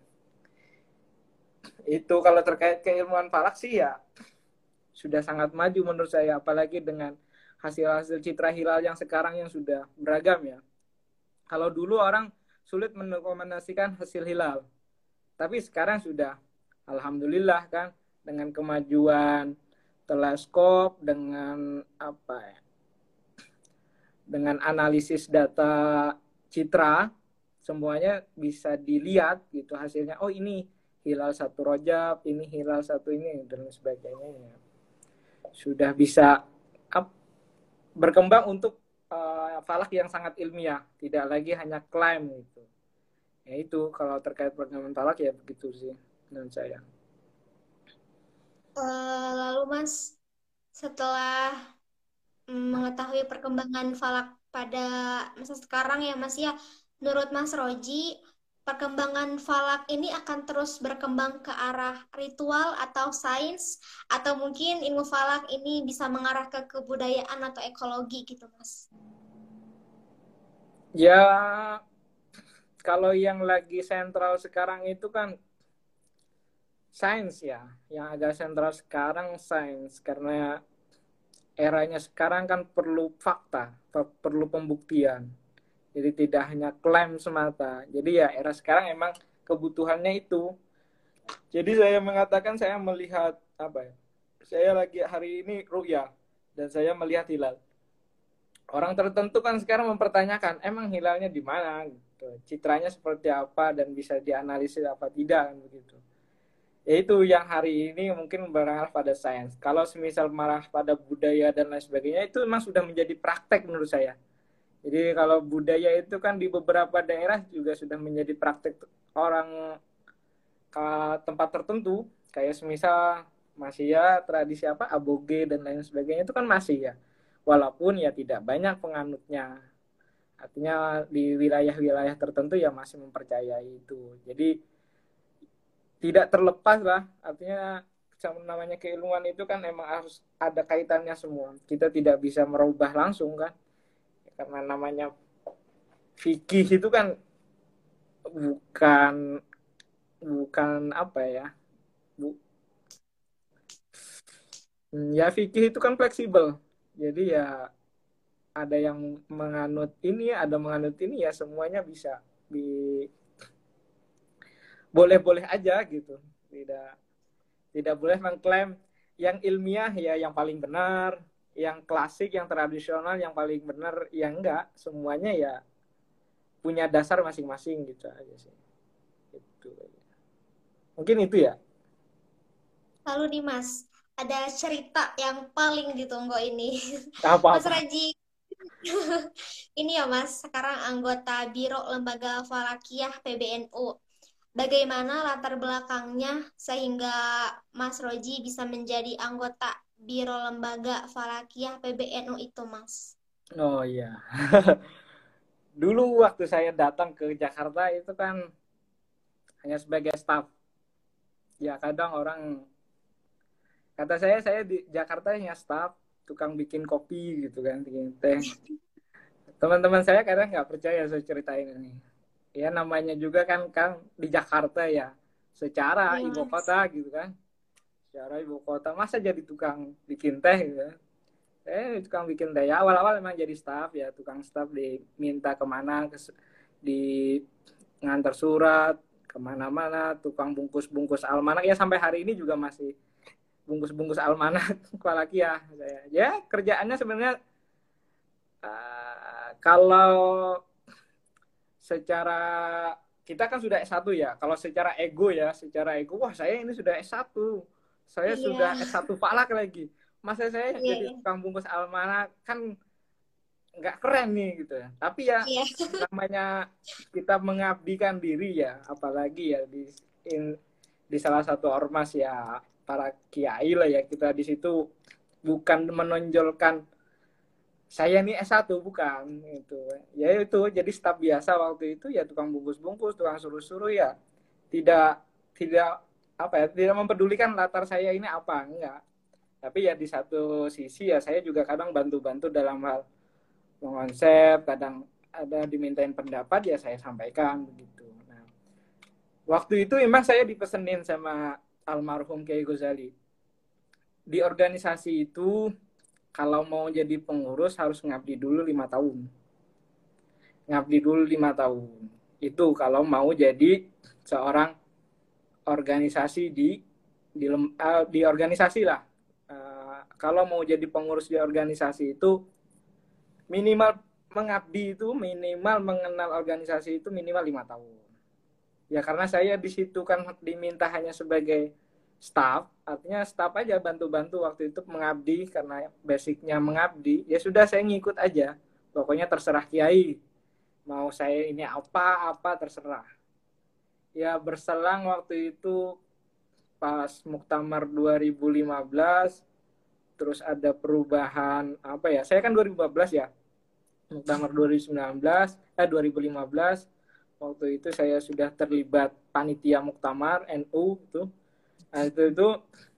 Itu kalau terkait keilmuan falak sih ya sudah sangat maju menurut saya, apalagi dengan hasil-hasil citra hilal yang sekarang yang sudah beragam ya. Kalau dulu orang sulit mendokumentasikan hasil hilal, tapi sekarang sudah, alhamdulillah kan, dengan kemajuan teleskop, dengan apa ya, dengan analisis data citra, semuanya bisa dilihat gitu hasilnya. Oh ini hilal 1 Rajab, ini hilal 1 ini dan sebagainya. Sudah bisa berkembang untuk falak yang sangat ilmiah, tidak lagi hanya klaim gitu. Ya itu kalau terkait perkembangan falak ya begitu sih menurut saya. Lalu Mas, setelah mengetahui perkembangan falak pada masa sekarang ya Mas ya, menurut Mas Roji, perkembangan falak ini akan terus berkembang ke arah ritual atau sains, atau mungkin ilmu falak ini bisa mengarah ke kebudayaan atau ekologi gitu Mas? Ya kalau yang lagi sentral sekarang itu kan sains ya, yang agak sentral sekarang sains, karena eranya sekarang kan perlu fakta, perlu pembuktian. Jadi tidak hanya klaim semata. Jadi ya era sekarang emang kebutuhannya itu. Jadi saya mengatakan saya melihat apa ya? Saya lagi hari ini ru'ya dan saya melihat hilal. Orang tertentu kan sekarang mempertanyakan, emang hilalnya di mana gitu. Citranya seperti apa dan bisa dianalisis apa tidak kan begitu. Yaitu yang hari ini mungkin berarah pada sains. Kalau semisal marah pada budaya dan lain sebagainya, itu memang sudah menjadi praktek menurut saya. Jadi kalau budaya itu kan di beberapa daerah juga sudah menjadi praktek orang ke tempat tertentu. Kayak semisal masih ya tradisi apa, aboge dan lain sebagainya itu kan masih ya. Walaupun ya tidak banyak penganutnya. Artinya di wilayah-wilayah tertentu ya masih mempercayai itu. Jadi tidak terlepas lah, artinya namanya keilmuan itu kan emang harus ada kaitannya semua. Kita tidak bisa merubah langsung kan, karena namanya fikih itu kan bukan apa ya, ya fikih itu kan fleksibel. Jadi ya ada yang menganut ini, ada menganut ini, ya semuanya bisa boleh-boleh aja gitu. Tidak boleh mengklaim yang ilmiah ya yang paling benar, yang klasik, yang tradisional yang paling benar, ya enggak. Semuanya ya punya dasar masing-masing gitu aja sih. Itu. Mungkin itu ya. Lalu nih Mas, ada cerita yang paling ditunggu ini. Mas Apa-apa. Raji, ini ya Mas, sekarang anggota Biro Lembaga Falakiyah PBNU. Bagaimana latar belakangnya sehingga Mas Roji bisa menjadi anggota Biro Lembaga Falakiyah PBNU itu, Mas? Oh iya. Dulu waktu saya datang ke Jakarta itu kan hanya sebagai staff. Ya kadang orang kata saya di Jakarta hanya staff, tukang bikin kopi gitu kan, bikin teh. Teman-teman saya kadang nggak percaya saya ceritain ini. Ya namanya juga kan di Jakarta ya, secara Iya, ibu Mas. kota gitu kan. secara ibu kota, masa jadi tukang bikin teh gitu. Saya tukang bikin teh ya, awal-awal memang jadi staff ya, tukang staff diminta kemana, di ngantar surat kemana-mana, tukang bungkus-bungkus almanak ya, sampai hari ini juga masih bungkus-bungkus almanak. Apalagi ya saya ya kerjaannya sebenarnya kalau secara kita kan sudah S1 ya, kalau secara ego ya, secara ego, wah saya ini sudah S1, saya sudah Iya. S1 falak lagi, masa saya Iya, jadi iya. tukang bungkus almanak, kan nggak keren nih gitu ya. Tapi ya Iya. namanya kita mengabdikan diri ya, apalagi ya di salah satu ormas ya, para kiai lah ya, kita di situ bukan menonjolkan saya nih S1, bukan itu. Ya itu jadi staf biasa waktu itu ya, tukang bungkus-bungkus, tukang suruh-suruh ya. Tidak tidak apa ya, tidak mempedulikan latar saya ini apa, enggak. Tapi ya di satu sisi ya saya juga kadang bantu-bantu dalam hal mengonsep, kadang ada dimintain pendapat ya saya sampaikan begitu. Nah, waktu itu memang saya dipesenin sama almarhum Kiai Ghazali. Di organisasi itu kalau mau jadi pengurus harus ngabdi dulu 5 tahun. Ngabdi dulu 5 tahun. Itu kalau mau jadi seorang organisasi di organisasi lah. Kalau mau jadi pengurus di organisasi itu minimal mengabdi, itu minimal mengenal organisasi itu minimal 5 tahun. Ya karena saya di situ kan diminta hanya sebagai staff, artinya staff aja, bantu-bantu waktu itu mengabdi, karena basicnya mengabdi, ya sudah saya ngikut aja. Pokoknya terserah kiai, mau saya ini apa terserah. Ya berselang waktu itu pas Muktamar 2015, terus ada perubahan apa ya? Saya kan 2015 ya. Muktamar 2015 waktu itu saya sudah terlibat panitia Muktamar NU itu. Nah, itu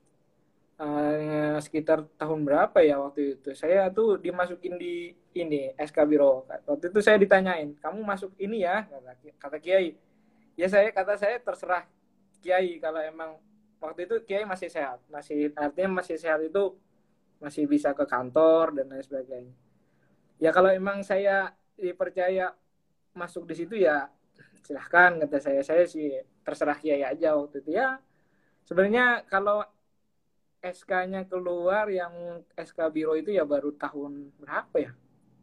sekitar tahun berapa ya waktu itu? Saya tuh dimasukin di ini SK Biro. Waktu itu saya ditanyain, "Kamu masuk ini ya?" kata Kiai. Ya kata saya terserah Kiai, kalau emang waktu itu Kiai masih sehat. Masih, artinya masih sehat itu masih bisa ke kantor dan lain sebagainya. Ya kalau emang saya dipercaya masuk di situ ya silahkan, kata saya sih terserah Kiai aja waktu itu ya. Sebenarnya kalau SK-nya keluar, yang SK Biro itu ya baru tahun berapa ya,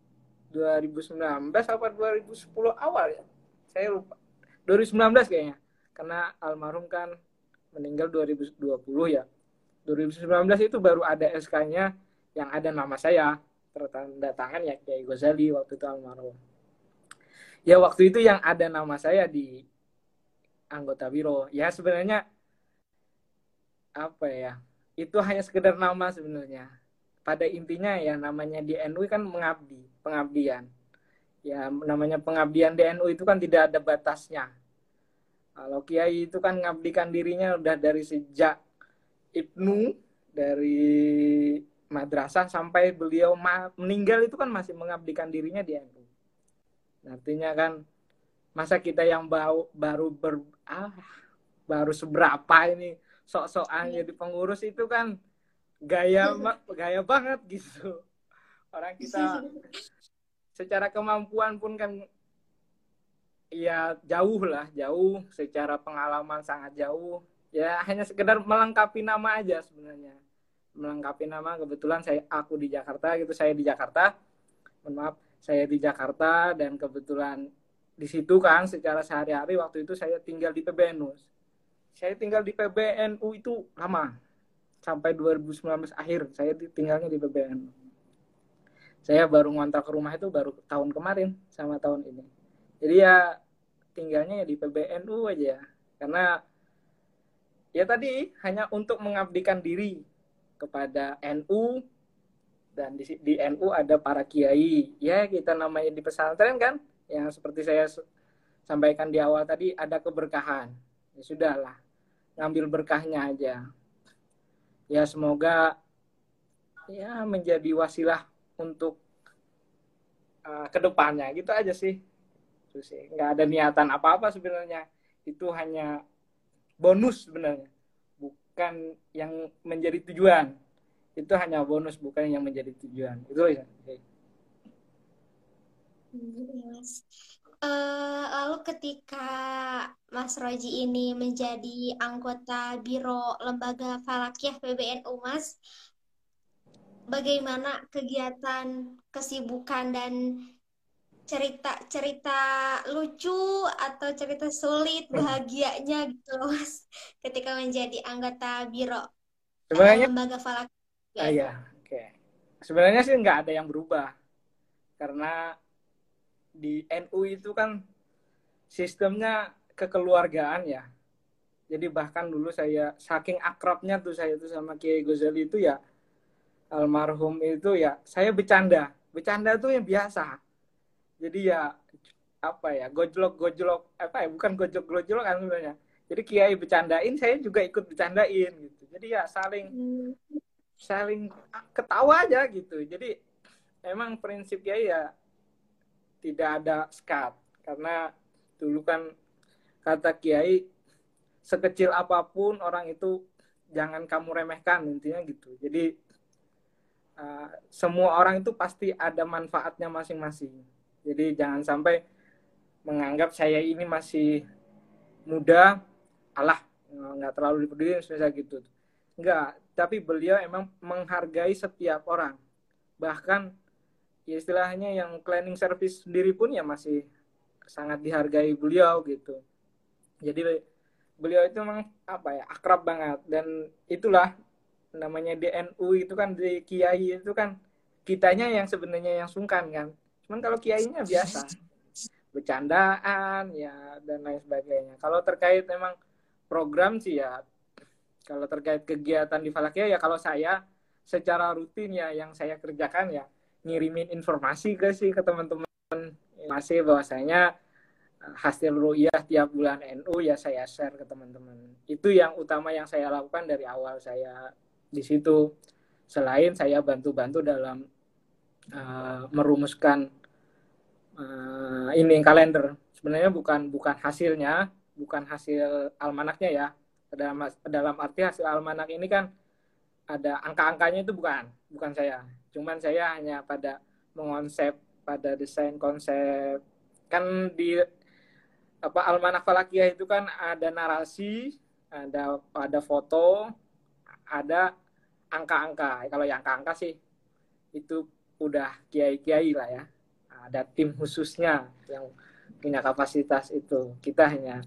2019 apa 2010 awal ya, saya lupa, 2019 kayaknya, karena almarhum kan meninggal 2020 ya. 2019 itu baru ada SK-nya yang ada nama saya, tertanda tangan ya Kiai Ghazali waktu itu almarhum. Ya waktu itu yang ada nama saya di anggota biro. Ya sebenarnya apa ya, itu hanya sekedar nama sebenarnya. Pada intinya ya namanya di NU kan mengabdi, pengabdian. Ya namanya pengabdian di NU itu kan tidak ada batasnya. Kalau Kiai itu kan mengabdikan dirinya udah dari sejak Ibnu, dari madrasah sampai beliau meninggal itu kan masih mengabdikan dirinya di NU. Artinya kan masa kita yang baru seberapa ini sok-sokan jadi pengurus itu kan gaya banget gitu. Orang kita secara kemampuan pun kan ya jauh secara pengalaman sangat jauh. Ya hanya sekedar melengkapi nama aja sebenarnya. Melengkapi nama, kebetulan aku di Jakarta gitu, saya di Jakarta. Mohon maaf, saya di Jakarta dan kebetulan di situ kan secara sehari-hari waktu itu saya tinggal di PBNU. Saya tinggal di PBNU itu lama. Sampai 2019 akhir saya tinggalnya di PBNU. Saya baru ngontrak ke rumah itu baru tahun kemarin sama tahun ini. Jadi ya tinggalnya di PBNU aja. Karena ya tadi hanya untuk mengabdikan diri kepada NU, dan di NU ada para kiai. Ya kita namanya di pesantren kan, yang seperti saya sampaikan di awal tadi, ada keberkahan. Ya sudahlah, ngambil berkahnya aja. Ya semoga ya menjadi wasilah untuk kedepannya, gitu aja sih. Terus nggak ada niatan apa-apa sebenarnya, itu hanya bonus sebenarnya. bukan yang menjadi tujuan. Itu hanya bonus, bukan yang menjadi tujuan. Itu ya. Mas. Lalu ketika Mas Roji ini menjadi anggota Biro Lembaga Falakiyah PBNU, Mas, bagaimana kegiatan, kesibukan, dan cerita-cerita lucu atau cerita sulit, bahagianya gitu loh, Mas, ketika menjadi anggota Biro Sebenarnya, Lembaga Falakiyah ya, PBNU? oke. Sebenarnya sih nggak ada yang berubah. Karena di NU itu kan sistemnya kekeluargaan ya. Jadi bahkan dulu saya saking akrabnya tuh saya tuh sama Kiai Ghazali itu ya, almarhum itu ya, saya bercanda. Bercanda tuh yang biasa. Jadi ya apa ya, gojlok apa ya, bukan gojlok kan sebenarnya. Jadi Kiai bercandain, saya juga ikut bercandain gitu. Jadi ya saling Hmm. saling ketawa aja gitu. Jadi emang prinsip Kiai ya tidak ada skat, karena dulu kan kata Kiai, sekecil apapun orang itu jangan kamu remehkan, intinya gitu. Jadi semua orang itu pasti ada manfaatnya masing-masing. Jadi jangan sampai menganggap saya ini masih muda, alah nggak terlalu dipeduliin misalnya gitu. Enggak, tapi beliau emang menghargai setiap orang. Bahkan ya istilahnya yang cleaning service sendiri pun ya masih sangat dihargai beliau gitu. Jadi beliau itu memang apa ya, akrab banget, dan itulah namanya DNU itu kan, di kiai itu kan kitanya yang sebenarnya yang sungkan kan. Cuman kalau kiainya biasa bercandaan ya dan lain sebagainya. Kalau terkait memang program sih ya, kalau terkait kegiatan di Falakiyah ya, kalau saya secara rutin ya yang saya kerjakan ya ngirimin informasi ke teman-teman masih bahwasanya hasil ru'yah tiap bulan NU ya saya share ke teman-teman. Itu yang utama yang saya lakukan dari awal saya di situ. Selain saya bantu-bantu dalam merumuskan ini kalender. Sebenarnya bukan hasilnya, bukan hasil almanaknya ya. Dalam arti hasil almanak ini kan ada angka-angkanya, itu bukan saya. Cuman saya hanya pada mengonsep, pada desain konsep. Kan di apa, almanak falakiyah itu kan ada narasi, ada foto, ada angka-angka. Kalau yang angka-angka sih itu udah kiai-kiai lah ya. Ada tim khususnya yang punya kapasitas itu. Kita hanya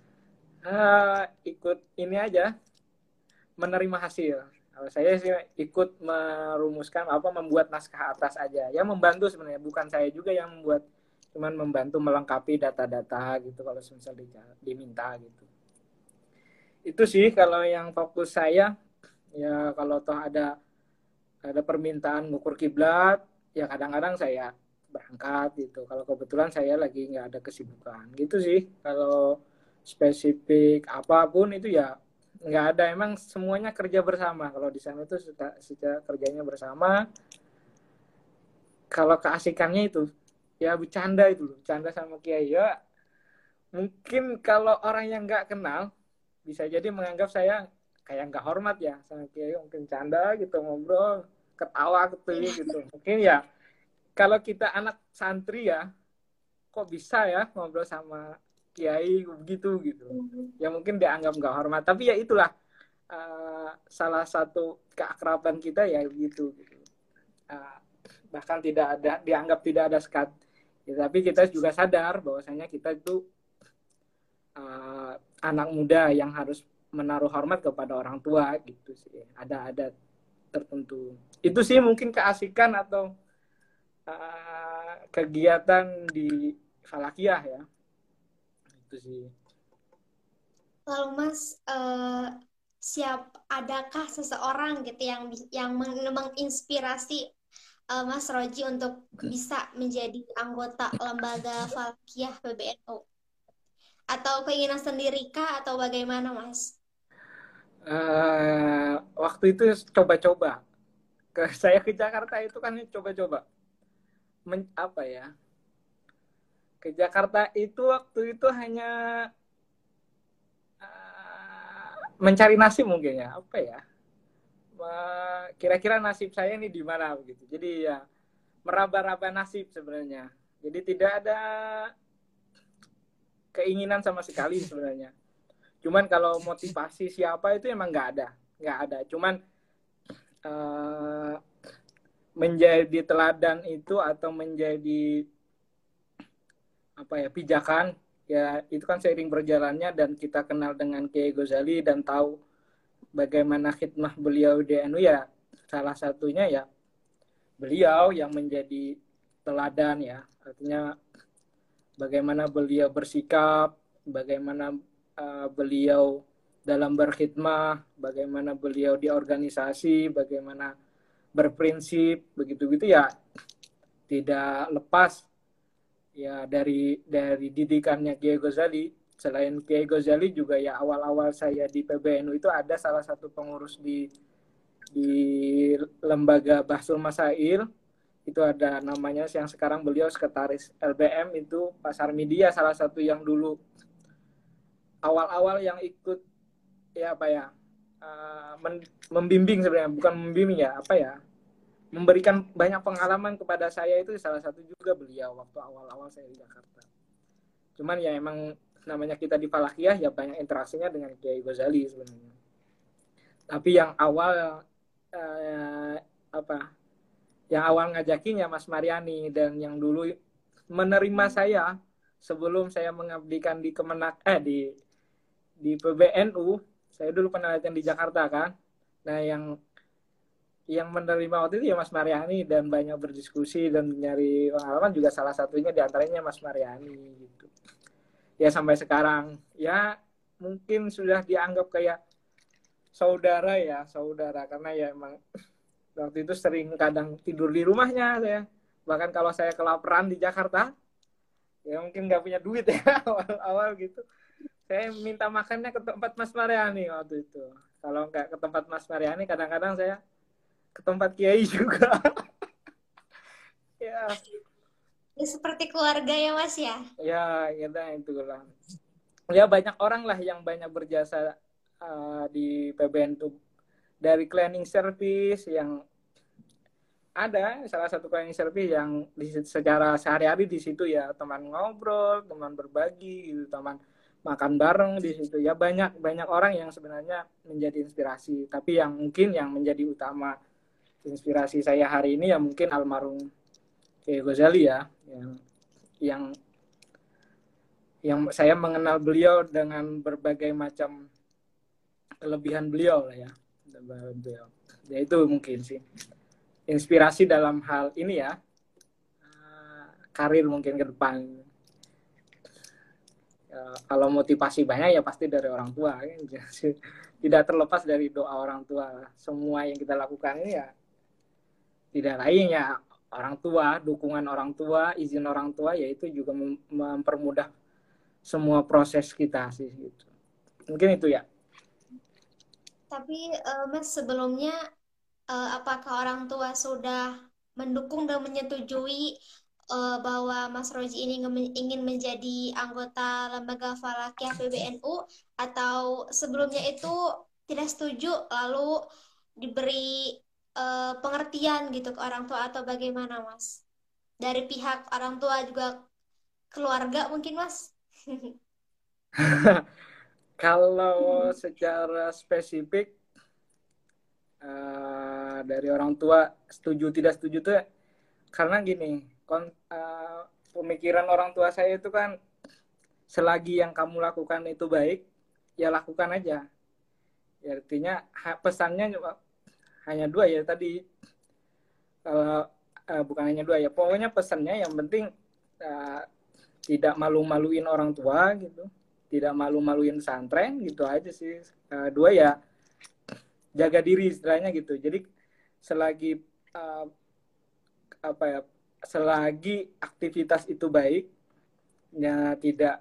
ikut ini aja, menerima hasil. Kalau saya sih ikut merumuskan apa, membuat naskah atas aja. Ya membantu sebenarnya, bukan saya juga yang membuat, cuman membantu melengkapi data-data gitu kalau misal diminta gitu. Itu sih kalau yang fokus saya. Ya kalau toh ada permintaan ngukur kiblat, ya kadang-kadang saya berangkat gitu. Kalau kebetulan saya lagi nggak ada kesibukan gitu sih. Kalau spesifik apapun itu ya nggak ada, emang semuanya kerja bersama. Kalau di sana itu secara kerjanya bersama. Kalau keasikannya itu ya bercanda, itu loh, bercanda sama Kiai ya. Mungkin kalau orang yang nggak kenal bisa jadi menganggap saya kayak nggak hormat ya sama Kiai, mungkin canda gitu, ngobrol ketawa keteli gitu. Mungkin ya kalau kita anak santri ya, kok bisa ya ngobrol sama Kiai begitu gitu. Ya mungkin dianggap nggak hormat, tapi ya itulah salah satu keakraban kita ya gitu. Uh, Bahkan tidak ada, dianggap tidak ada sekat. Ya, tapi kita juga sadar bahwasanya kita itu anak muda yang harus menaruh hormat kepada orang tua gitu sih. Ada adat tertentu. Itu sih mungkin keasikan atau kegiatan di Falakiyah ya. Itu sih. Lalu Mas, adakah seseorang gitu yang menginspirasi Mas Roji untuk bisa menjadi anggota lembaga Falakiyah PBNU? Atau keinginan sendiri kah atau bagaimana Mas? Waktu itu coba-coba. Saya ke Jakarta itu kan coba-coba. Apa ya? Ke Jakarta itu waktu itu hanya mencari nasib mungkin ya, apa ya, kira-kira nasib saya ini di mana begitu. Jadi ya meraba-raba nasib sebenarnya. Jadi tidak ada keinginan sama sekali sebenarnya. Cuman kalau motivasi siapa itu emang nggak ada. Cuman menjadi teladan itu atau menjadi apa ya, pijakan ya, itu kan seiring berjalannya dan kita kenal dengan Kiai Ghazali dan tahu bagaimana khidmah beliau di NU ya, salah satunya ya beliau yang menjadi teladan ya, artinya bagaimana beliau bersikap, bagaimana beliau dalam berkhidmah, bagaimana beliau di organisasi, bagaimana berprinsip, begitu-gitu ya, tidak lepas ya dari didikannya Kiai Ghazali. Selain Kiai Ghazali juga ya, awal-awal saya di PBNU itu ada salah satu pengurus di lembaga Bahsul Masail, itu ada namanya, yang sekarang beliau sekretaris LBM, itu Pak Sarmidia, salah satu yang dulu awal-awal yang ikut ya apa ya, membimbing sebenarnya, bukan membimbing ya, apa ya, memberikan banyak pengalaman kepada saya, itu salah satu juga beliau waktu awal-awal saya di Jakarta. Cuman ya emang namanya kita di Falakiyah ya banyak interaksinya dengan Kiai Ghazali sebenarnya. Tapi yang awal yang awal ngajakin ya Mas Mariani, dan yang dulu menerima saya sebelum saya mengabdikan di Kemenak di PBNU, saya dulu pernah latihan di Jakarta kan. Nah, yang menerima waktu itu ya Mas Mariani, dan banyak berdiskusi dan nyari pengalaman juga, salah satunya diantaranya Mas Mariani gitu. Ya sampai sekarang ya mungkin sudah dianggap kayak saudara karena ya emang waktu itu sering kadang tidur di rumahnya saya. Bahkan kalau saya kelaparan di Jakarta, ya mungkin nggak punya duit ya awal-awal gitu, saya minta makannya ke tempat Mas Mariani waktu itu. Kalau nggak ke tempat Mas Mariani, kadang-kadang saya ke tempat Kiai juga. Ya. Seperti keluarga ya Mas ya? Ya, itu lah. Ya banyak orang lah yang banyak berjasa di PBN tuh. Dari cleaning service yang ada, salah satu cleaning service yang secara sehari-hari di situ ya, teman ngobrol, teman berbagi gitu, teman makan bareng di situ ya, banyak orang yang sebenarnya menjadi inspirasi. Tapi yang mungkin yang menjadi utama inspirasi saya hari ini ya mungkin almarhum Kiai Ghazali ya, yang saya mengenal beliau dengan berbagai macam kelebihan beliau lah ya. Ya itu mungkin sih inspirasi dalam hal ini ya, karir mungkin ke depan. Kalau motivasi banyak ya pasti dari orang tua kan? Tidak terlepas dari doa orang tua. Semua yang kita lakukan ini ya tidak lain ya orang tua, dukungan orang tua, izin orang tua, yaitu juga mempermudah semua proses kita sih gitu. Mungkin itu ya. Tapi Mas, sebelumnya apakah orang tua sudah mendukung dan menyetujui bahwa Mas Roji ini ingin menjadi anggota lembaga Falakiyah PBNU, atau sebelumnya itu tidak setuju lalu diberi pengertian gitu ke orang tua, atau bagaimana Mas? Dari pihak orang tua juga keluarga mungkin Mas? Kalau secara spesifik dari orang tua setuju tidak setuju tuh karena gini, pemikiran orang tua saya itu kan, selagi yang kamu lakukan itu baik ya lakukan aja ya, artinya pesannya hanya dua ya tadi, kalau bukan hanya dua ya, pokoknya pesannya yang penting tidak malu-maluin orang tua gitu, tidak malu-maluin pesantren gitu aja sih. Dua ya jaga diri istilahnya gitu. Jadi selagi selagi aktivitas itu baik ya, tidak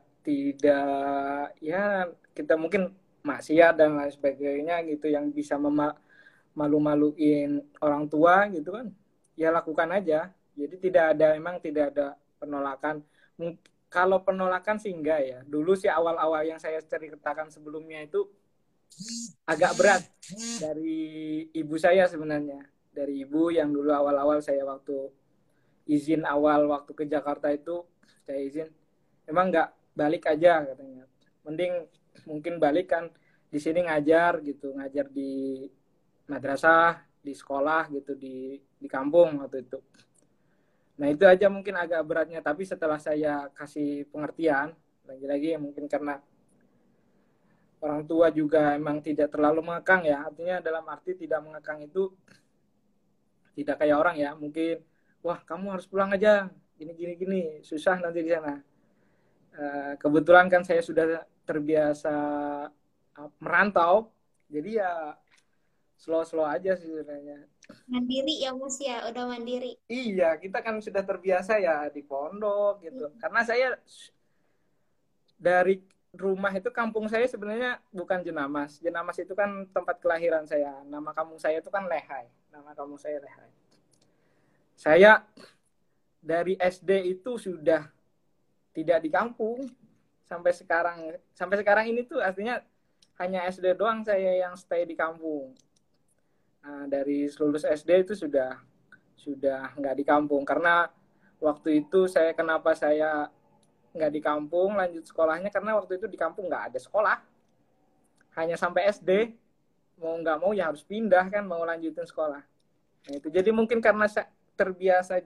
ya kita mungkin maksiat dan lain sebagainya gitu yang bisa malu-maluin orang tua gitu kan, ya lakukan aja. Jadi tidak ada penolakan. Kalau penolakan sih enggak ya. Dulu sih awal-awal yang saya ceritakan sebelumnya itu agak berat dari ibu saya sebenarnya. Dari ibu yang dulu awal-awal saya waktu izin awal waktu ke Jakarta itu, saya izin, emang nggak balik aja katanya. Mending mungkin balik kan di sini ngajar gitu, ngajar di madrasah, di sekolah gitu, di kampung waktu itu. Nah itu aja mungkin agak beratnya, tapi setelah saya kasih pengertian, lagi-lagi mungkin karena orang tua juga emang tidak terlalu mengekang ya, artinya dalam arti tidak mengekang itu tidak kayak orang ya, mungkin wah kamu harus pulang aja, gini susah nanti di sana. Kebetulan kan saya sudah terbiasa merantau, jadi ya slow aja sih sebenarnya. Mandiri ya Mas ya, udah mandiri. Iya, kita kan sudah terbiasa ya di pondok gitu. Karena saya dari rumah itu, kampung saya sebenarnya bukan Jenamas. Jenamas itu kan tempat kelahiran saya. Nama kampung saya itu kan Lehai. Nama kampung saya Lehai. Saya dari SD itu sudah tidak di kampung sampai sekarang. Sampai sekarang ini tuh artinya hanya SD doang saya yang stay di kampung. Nah, dari lulus SD itu sudah nggak di kampung, karena waktu itu kenapa saya nggak di kampung lanjut sekolahnya, karena waktu itu di kampung nggak ada sekolah, hanya sampai SD, mau nggak mau ya harus pindah kan, mau lanjutin sekolah. Nah, itu jadi mungkin karena saya terbiasa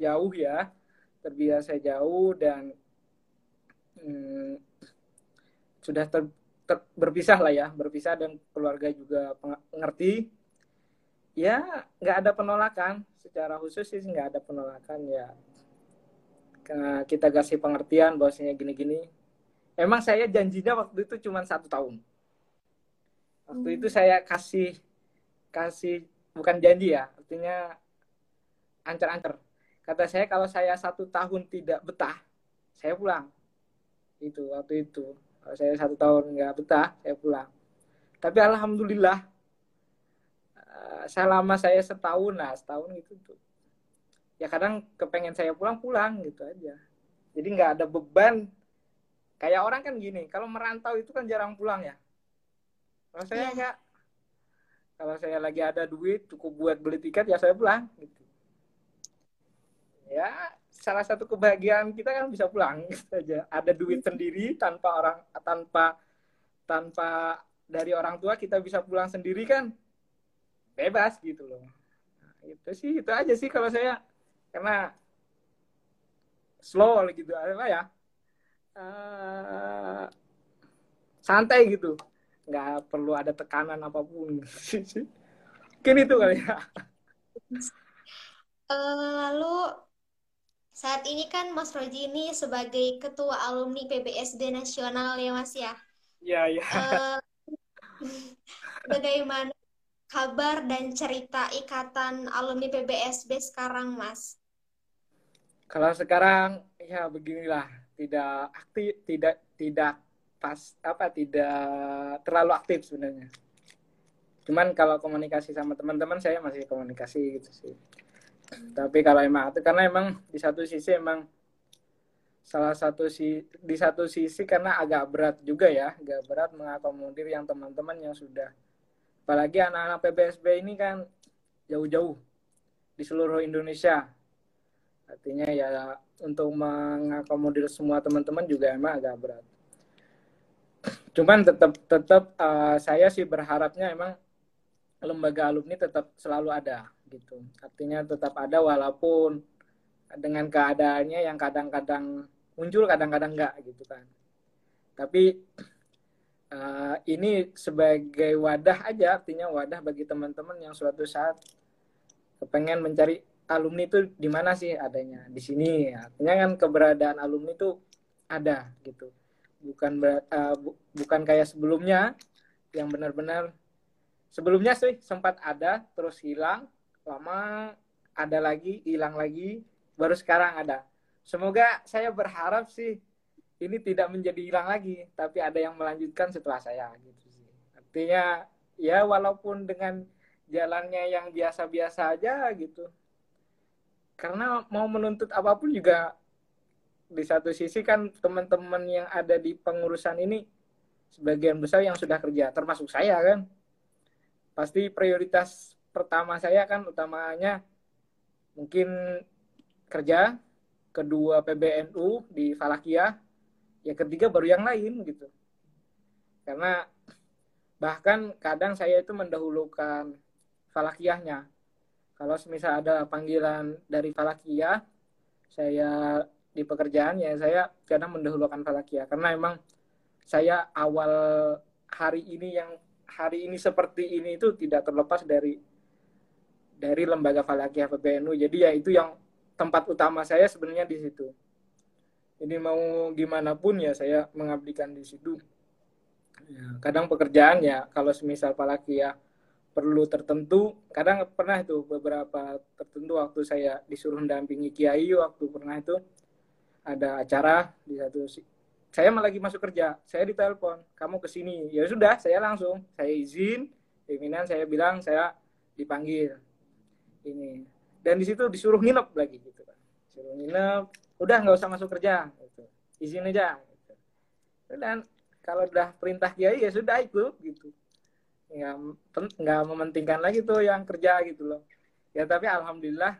jauh dan sudah berpisah lah ya, berpisah, dan keluarga juga mengerti. Ya nggak ada penolakan, secara khusus sih nggak ada penolakan ya. Kita kasih pengertian bahwasanya gini-gini. Emang saya janjinya waktu itu cuma 1 tahun. Waktu itu saya kasih bukan janji ya, artinya ancer-ancer. Kata saya kalau saya 1 tahun tidak betah, saya pulang. Itu waktu itu. Kalau saya 1 tahun nggak betah, saya pulang. Tapi alhamdulillah, selama saya setahun gitu tuh, ya kadang kepengen saya pulang gitu aja. Jadi nggak ada beban. Kayak orang kan gini, kalau merantau itu kan jarang pulang ya. Kalau saya nggak. Kalau saya lagi ada duit cukup buat beli tiket, ya saya pulang gitu. Ya salah satu kebahagiaan kita kan bisa pulang gitu aja. Ada duit sendiri tanpa dari orang tua, kita bisa pulang sendiri kan, bebas gitu loh. Nah, itu aja sih kalau saya, karena slow gitu apa ya, santai gitu, nggak perlu ada tekanan apapun. Mungkin itu kali ya. Lalu saat ini kan Mas Roji ini sebagai ketua alumni PBSD nasional ya Mas ya. Iya. Bagaimana kabar dan cerita ikatan alumni PBSD sekarang Mas? Kalau sekarang ya beginilah, tidak aktif, tidak terlalu aktif sebenarnya. Cuman kalau komunikasi sama teman-teman saya masih komunikasi gitu sih. Tapi kalau emang aktif, karena emang di satu sisi emang di satu sisi karena agak berat juga ya, agak berat mengakomodir yang teman-teman yang sudah, apalagi anak-anak PBSB ini kan jauh-jauh di seluruh Indonesia. Artinya ya untuk mengakomodir semua teman-teman juga emang agak berat. Cuman tetap saya sih berharapnya emang lembaga alumni tetap selalu ada gitu. Artinya tetap ada walaupun dengan keadaannya yang kadang-kadang muncul, kadang-kadang enggak gitu kan. Tapi ini sebagai wadah aja, artinya wadah bagi teman-teman yang suatu saat kepengen mencari alumni itu di mana sih adanya, di sini. Artinya kan keberadaan alumni itu ada gitu. Bukan kayak sebelumnya yang benar-benar sebelumnya sih sempat ada terus hilang, lama ada lagi, hilang lagi, baru sekarang ada. Semoga, saya berharap sih ini tidak menjadi hilang lagi, tapi ada yang melanjutkan setelah saya gitu sih. Artinya ya walaupun dengan jalannya yang biasa-biasa aja gitu. Karena mau menuntut apapun juga, di satu sisi kan teman-teman yang ada di pengurusan ini sebagian besar yang sudah kerja, termasuk saya kan. pasti prioritas pertama saya kan utamanya mungkin kerja, kedua PBNU di Falakiyah, ya ketiga baru yang lain gitu. Karena bahkan kadang saya itu mendahulukan Falakiyahnya. Kalau misal ada panggilan dari Falakiyah, saya di pekerjaan ya saya kadang mendahulukan Falakiyah. Karena emang saya awal hari ini seperti ini itu tidak terlepas dari lembaga Falakiyah PBNU. Jadi ya itu yang tempat utama saya sebenarnya di situ. Jadi mau gimana pun ya saya mengabdikan di situ. Ya, kadang pekerjaan ya kalau semisal Falakiyah perlu tertentu, kadang pernah itu beberapa tertentu waktu saya disuruh mendampingi kiai, waktu pernah itu ada acara di satu, saya malah lagi masuk kerja, saya ditelepon, kamu kesini, ya sudah, saya langsung, saya izin, pimpinan saya bilang saya dipanggil ini, dan di situ disuruh nginep lagi gitu kan, disuruh nginep, udah nggak usah masuk kerja, gitu. Izin aja, gitu. Dan kalau udah perintah kiai ya sudah ikut gitu. Nggak mementingkan lagi tuh yang kerja gitu loh ya. Tapi alhamdulillah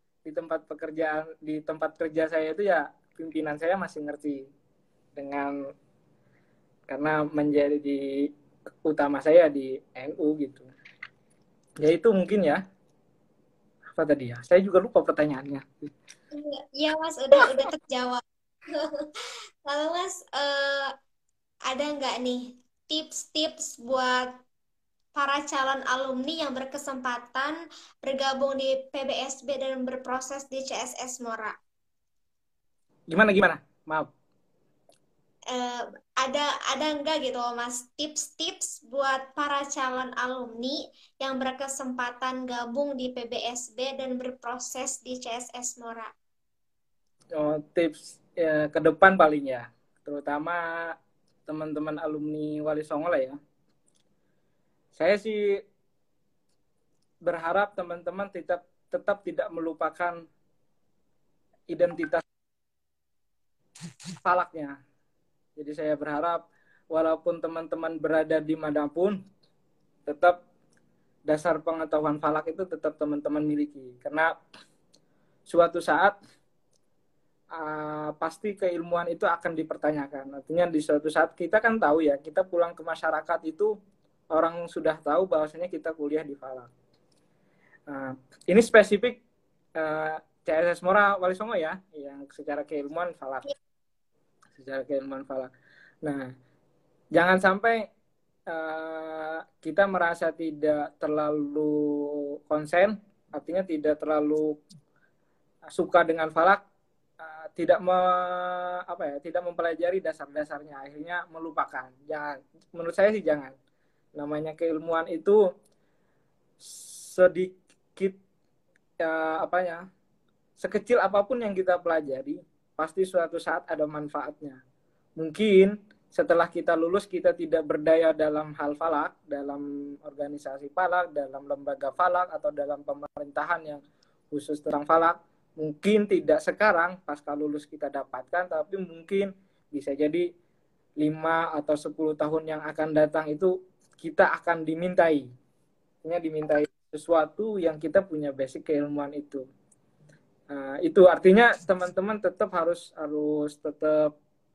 di tempat kerja saya itu ya pimpinan saya masih ngerti dengan, karena menjadi utama saya di NU gitu ya. Itu mungkin ya, apa tadi ya, saya juga lupa pertanyaannya. Iya Mas, udah terjawab. Lalu Mas, ada nggak nih tips-tips buat para calon alumni yang berkesempatan bergabung di PBSB dan berproses di CSS Mora? Gimana maaf. Ada nggak gitu Mas tips-tips buat para calon alumni yang berkesempatan gabung di PBSB dan berproses di CSS Mora? Tips ya, ke depan paling ya, terutama teman-teman alumni Wali Songo lah ya. Saya sih berharap teman-teman tetap tidak melupakan identitas falaknya. Jadi saya berharap walaupun teman-teman berada di manapun, tetap dasar pengetahuan falak itu tetap teman-teman miliki. Karena suatu saat pasti keilmuan itu akan dipertanyakan. Artinya di suatu saat kita kan tahu ya, kita pulang ke masyarakat itu orang sudah tahu bahwasanya kita kuliah di falak. Ini spesifik CSS Mora Wali Songo ya, yang secara keilmuan falak. Secara keilmuan falak. Nah, jangan sampai kita merasa tidak terlalu konsen, artinya tidak terlalu suka dengan falak, tidak mempelajari dasar-dasarnya, akhirnya melupakan. Jangan, menurut saya sih jangan. Namanya keilmuan itu sedikit sekecil apapun yang kita pelajari, pasti suatu saat ada manfaatnya. Mungkin setelah kita lulus kita tidak berdaya dalam hal falak, dalam organisasi falak, dalam lembaga falak, atau dalam pemerintahan yang khusus tentang falak. Mungkin tidak sekarang pasca lulus kita dapatkan, tapi mungkin bisa jadi 5 atau 10 tahun yang akan datang itu kita akan dimintai sesuatu yang kita punya basic keilmuan itu. Itu artinya teman-teman tetap harus tetap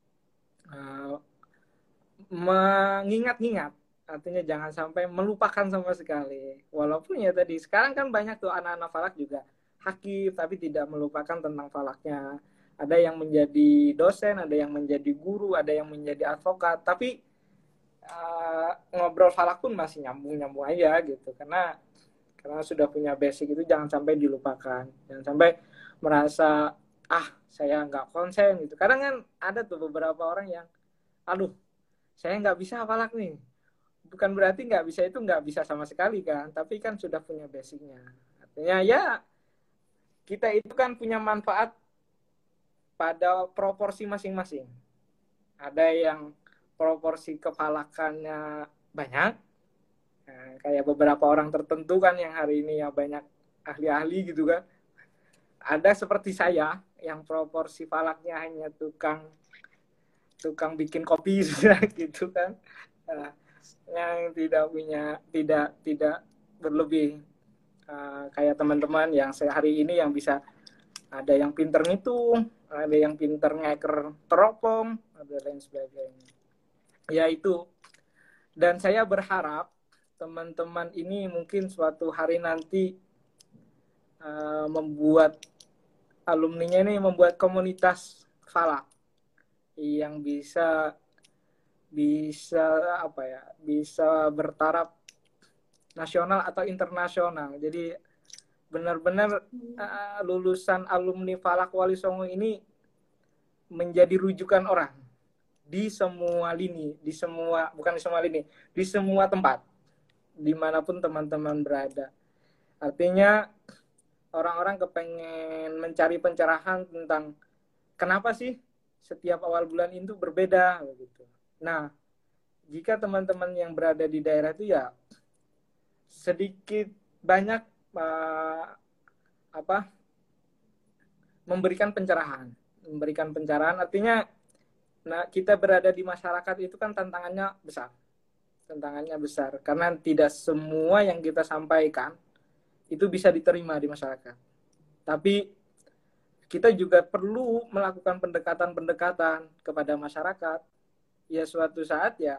mengingat-ingat, artinya jangan sampai melupakan sama sekali. Walaupun ya tadi sekarang kan banyak tuh anak-anak falak juga hakim tapi tidak melupakan tentang falaknya. Ada yang menjadi dosen, ada yang menjadi guru, ada yang menjadi advokat, tapi ngobrol falak pun masih nyambung aja gitu, karena sudah punya basic itu. Jangan sampai dilupakan, jangan sampai merasa saya nggak konsen gitu. Kadang kan ada tuh beberapa orang yang saya nggak bisa falak nih, bukan berarti nggak bisa itu nggak bisa sama sekali kan, tapi kan sudah punya basicnya. Artinya ya kita itu kan punya manfaat pada proporsi masing-masing. Ada yang proporsi kefalakannya banyak, kayak beberapa orang tertentu kan yang hari ini yang banyak ahli-ahli gitu kan. Ada seperti saya yang proporsi falaknya hanya tukang bikin kopi gitu kan, yang tidak berlebih. Kayak teman-teman yang sehari ini yang bisa ada yang pinter ngitung, ada yang pinter ngeker teropong, ada lain sebagainya. Ya itu. Dan saya berharap teman-teman ini mungkin suatu hari nanti membuat alumninya ini membuat komunitas falak yang bisa apa ya, bisa bertaraf nasional atau internasional. Jadi benar-benar lulusan alumni Falak Wali Songo ini menjadi rujukan orang di semua lini, bukan di semua lini, di semua tempat, dimanapun teman-teman berada. Artinya orang-orang kepengen mencari pencerahan tentang kenapa sih setiap awal bulan itu berbeda begitu. Nah, jika teman-teman yang berada di daerah itu ya sedikit banyak memberikan pencerahan artinya kita berada di masyarakat itu kan tantangannya besar karena tidak semua yang kita sampaikan itu bisa diterima di masyarakat, tapi kita juga perlu melakukan pendekatan kepada masyarakat. Ya suatu saat ya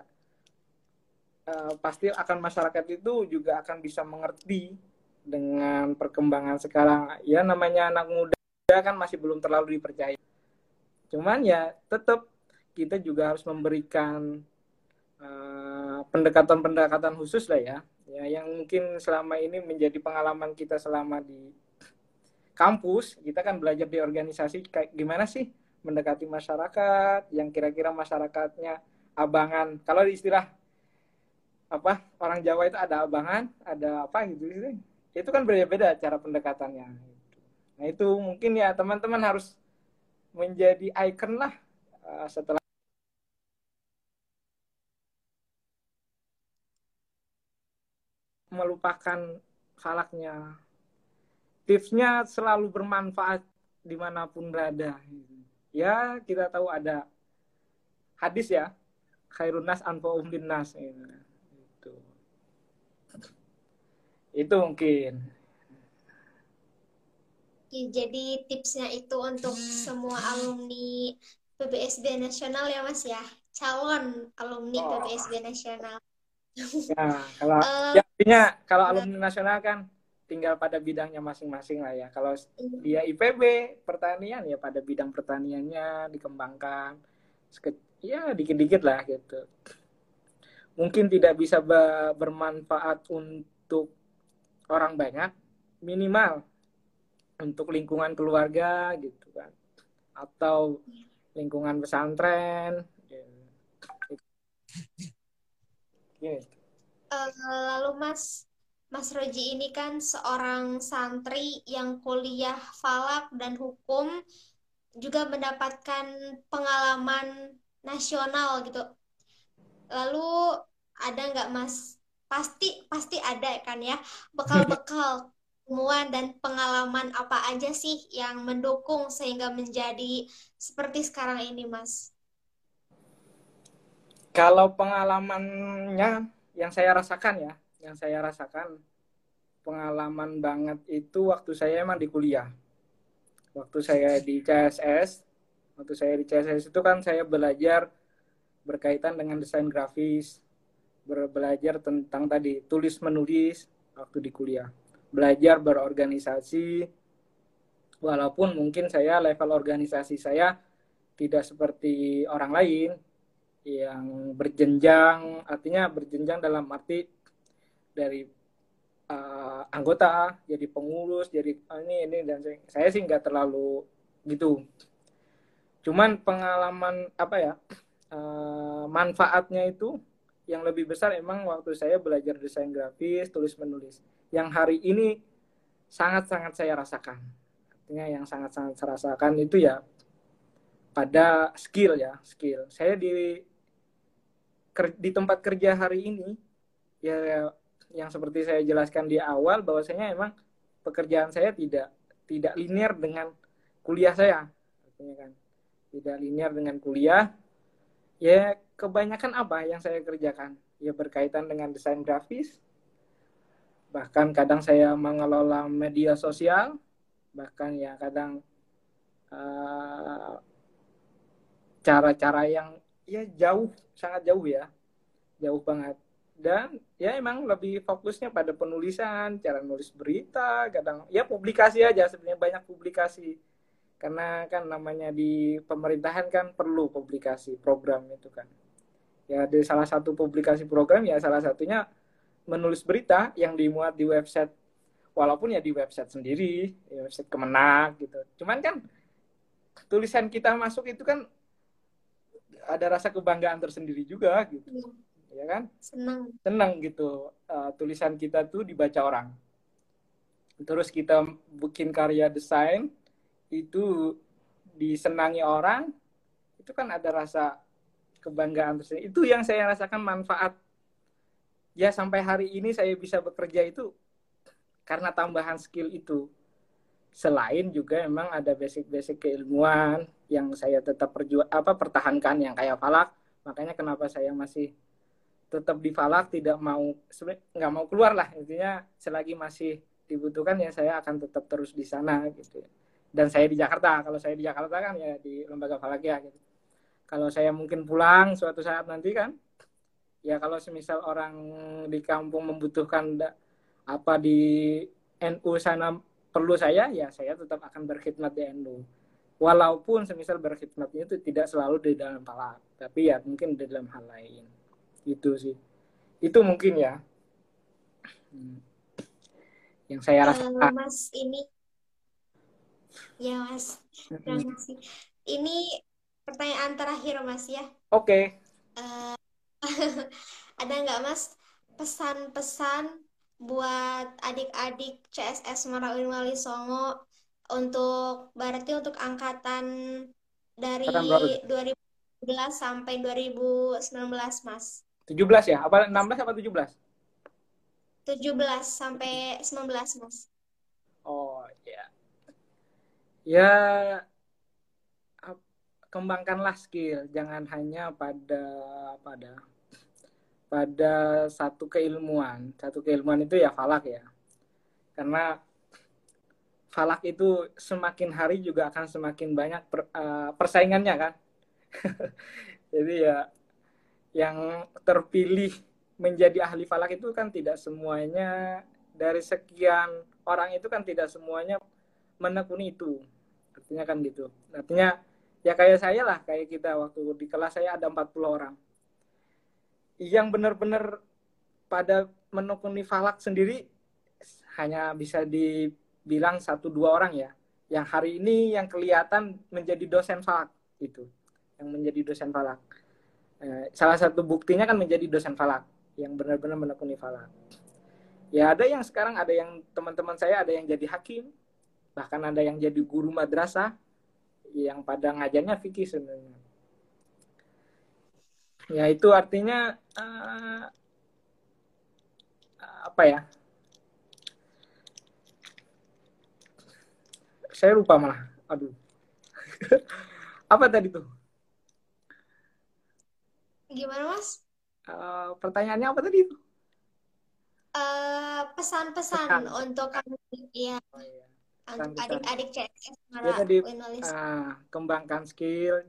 pasti akan masyarakat itu juga akan bisa mengerti dengan perkembangan sekarang. Ya namanya anak muda kan masih belum terlalu dipercaya. Cuman ya tetap kita juga harus memberikan pendekatan-pendekatan khusus lah ya, yang mungkin selama ini menjadi pengalaman kita selama di kampus. Kita kan belajar di organisasi kayak gimana sih mendekati masyarakat yang kira-kira masyarakatnya abangan. Kalau di istilah orang Jawa itu ada abangan, ada apa gitu. Itu kan beda-beda cara pendekatannya. Nah itu mungkin ya teman-teman harus menjadi ikon lah setelah melupakan falaknya. Tipsnya selalu bermanfaat dimanapun berada. Ya kita tahu ada hadis ya, khairun nas anfa'uhum linnas. Itu mungkin. Jadi tipsnya itu untuk semua alumni PBSB nasional ya Mas ya, calon alumni PBSB nasional. Ya, artinya kalau alumni nasional kan tinggal pada bidangnya masing-masing lah ya. Kalau dia IPB pertanian ya pada bidang pertaniannya dikembangkan. Ya dikit-dikit lah gitu. Mungkin tidak bisa bermanfaat untuk orang banyak, minimal untuk lingkungan keluarga gitu kan, atau lingkungan pesantren gitu. Lalu Mas Roji ini kan seorang santri yang kuliah falak dan hukum, juga mendapatkan pengalaman nasional gitu. Lalu ada nggak Mas? Pasti ada kan ya, bekal-bekal temuan dan pengalaman apa aja sih yang mendukung sehingga menjadi seperti sekarang ini Mas? Kalau pengalamannya yang saya rasakan pengalaman banget itu waktu saya emang di kuliah. Waktu saya di CSS itu kan saya belajar berkaitan dengan desain grafis, belajar tentang tadi tulis menulis waktu di kuliah, belajar berorganisasi, walaupun mungkin saya level organisasi saya tidak seperti orang lain yang berjenjang, artinya berjenjang dalam arti dari anggota jadi pengurus jadi ini dan saya sih nggak terlalu gitu. Cuman pengalaman manfaatnya itu yang lebih besar emang waktu saya belajar desain grafis, tulis menulis, yang hari ini sangat-sangat saya rasakan. Artinya yang sangat-sangat saya rasakan itu ya pada skill. Saya di tempat kerja hari ini ya yang seperti saya jelaskan di awal, bahwasanya emang pekerjaan saya tidak linear dengan kuliah saya. Artinya kan tidak linear dengan kuliah. Ya kebanyakan apa yang saya kerjakan ya berkaitan dengan desain grafis, Bahkan kadang saya mengelola media sosial, bahkan ya kadang cara-cara yang ya jauh, sangat jauh ya, jauh banget. Dan ya emang lebih fokusnya pada penulisan, cara nulis berita, kadang ya publikasi aja, sebenarnya banyak publikasi. Karena kan namanya di pemerintahan kan perlu publikasi program itu kan. Ya di salah satu publikasi program ya salah satunya menulis berita yang dimuat di website, walaupun ya di website sendiri, di website Kemenak gitu. Cuman kan tulisan kita masuk itu kan ada rasa kebanggaan tersendiri juga gitu, ya kan? Senang gitu, tulisan kita tuh dibaca orang. Terus kita bikin karya desain itu disenangi orang, itu kan ada rasa kebanggaan tersendiri. Itu yang saya rasakan manfaat. Ya sampai hari ini saya bisa bekerja itu karena tambahan skill itu. Selain juga memang ada basic-basic keilmuan yang saya tetap pertahankan yang kayak falak. Makanya kenapa saya masih tetap di falak, tidak mau, nggak mau keluar lah, intinya selagi masih dibutuhkan ya saya akan tetap terus di sana gitu. Dan saya di Jakarta, kalau saya di Jakarta kan ya di lembaga falak ya gitu. Kalau saya mungkin pulang suatu saat nanti kan, ya kalau semisal orang di kampung membutuhkan apa di NU sana perlu saya, ya saya tetap akan berkhidmat di NU. Walaupun semisal berkhidmatnya itu tidak selalu di dalam falak, tapi ya mungkin di dalam hal lain. Itu sih, itu mungkin ya yang saya rasakan. Mas ini ya Mas, terima kasih. Ini pertanyaan terakhir Mas ya. Oke. Ada nggak Mas pesan-pesan buat adik-adik CSS Merawin Wali Songo untuk berarti untuk angkatan dari 2017 sampai 2019 Mas? 17 ya? Apa 16 apa 17? 17 sampai 19 Mas. Oh ya. Ya kembangkanlah skill, jangan hanya pada satu keilmuan. Satu keilmuan itu ya falak ya. Karena falak itu semakin hari juga akan semakin banyak persaingannya kan. Jadi ya yang terpilih menjadi ahli falak itu kan tidak semuanya, dari sekian orang itu kan tidak semuanya menekuni itu. Artinya kan gitu. Artinya ya kayak saya lah, kayak kita waktu di kelas saya ada 40 orang. Yang benar-benar pada menekuni falak sendiri hanya bisa dibilang 1-2 orang ya. Yang hari ini yang kelihatan menjadi dosen falak itu. Yang menjadi dosen falak. Salah satu buktinya kan menjadi dosen falak yang benar-benar menekuni falak. Ya ada yang sekarang, ada yang teman-teman saya ada yang jadi hakim, bahkan ada yang jadi guru madrasah yang pada ngajarnya fikih sebenarnya. Ya itu artinya apa ya? Saya lupa malah. Aduh. Apa tadi tuh? Gimana Mas? Pertanyaannya apa tadi itu? Pesan-pesan untuk ya, untuk adik-adik CSS ya tadi kembangkan skill,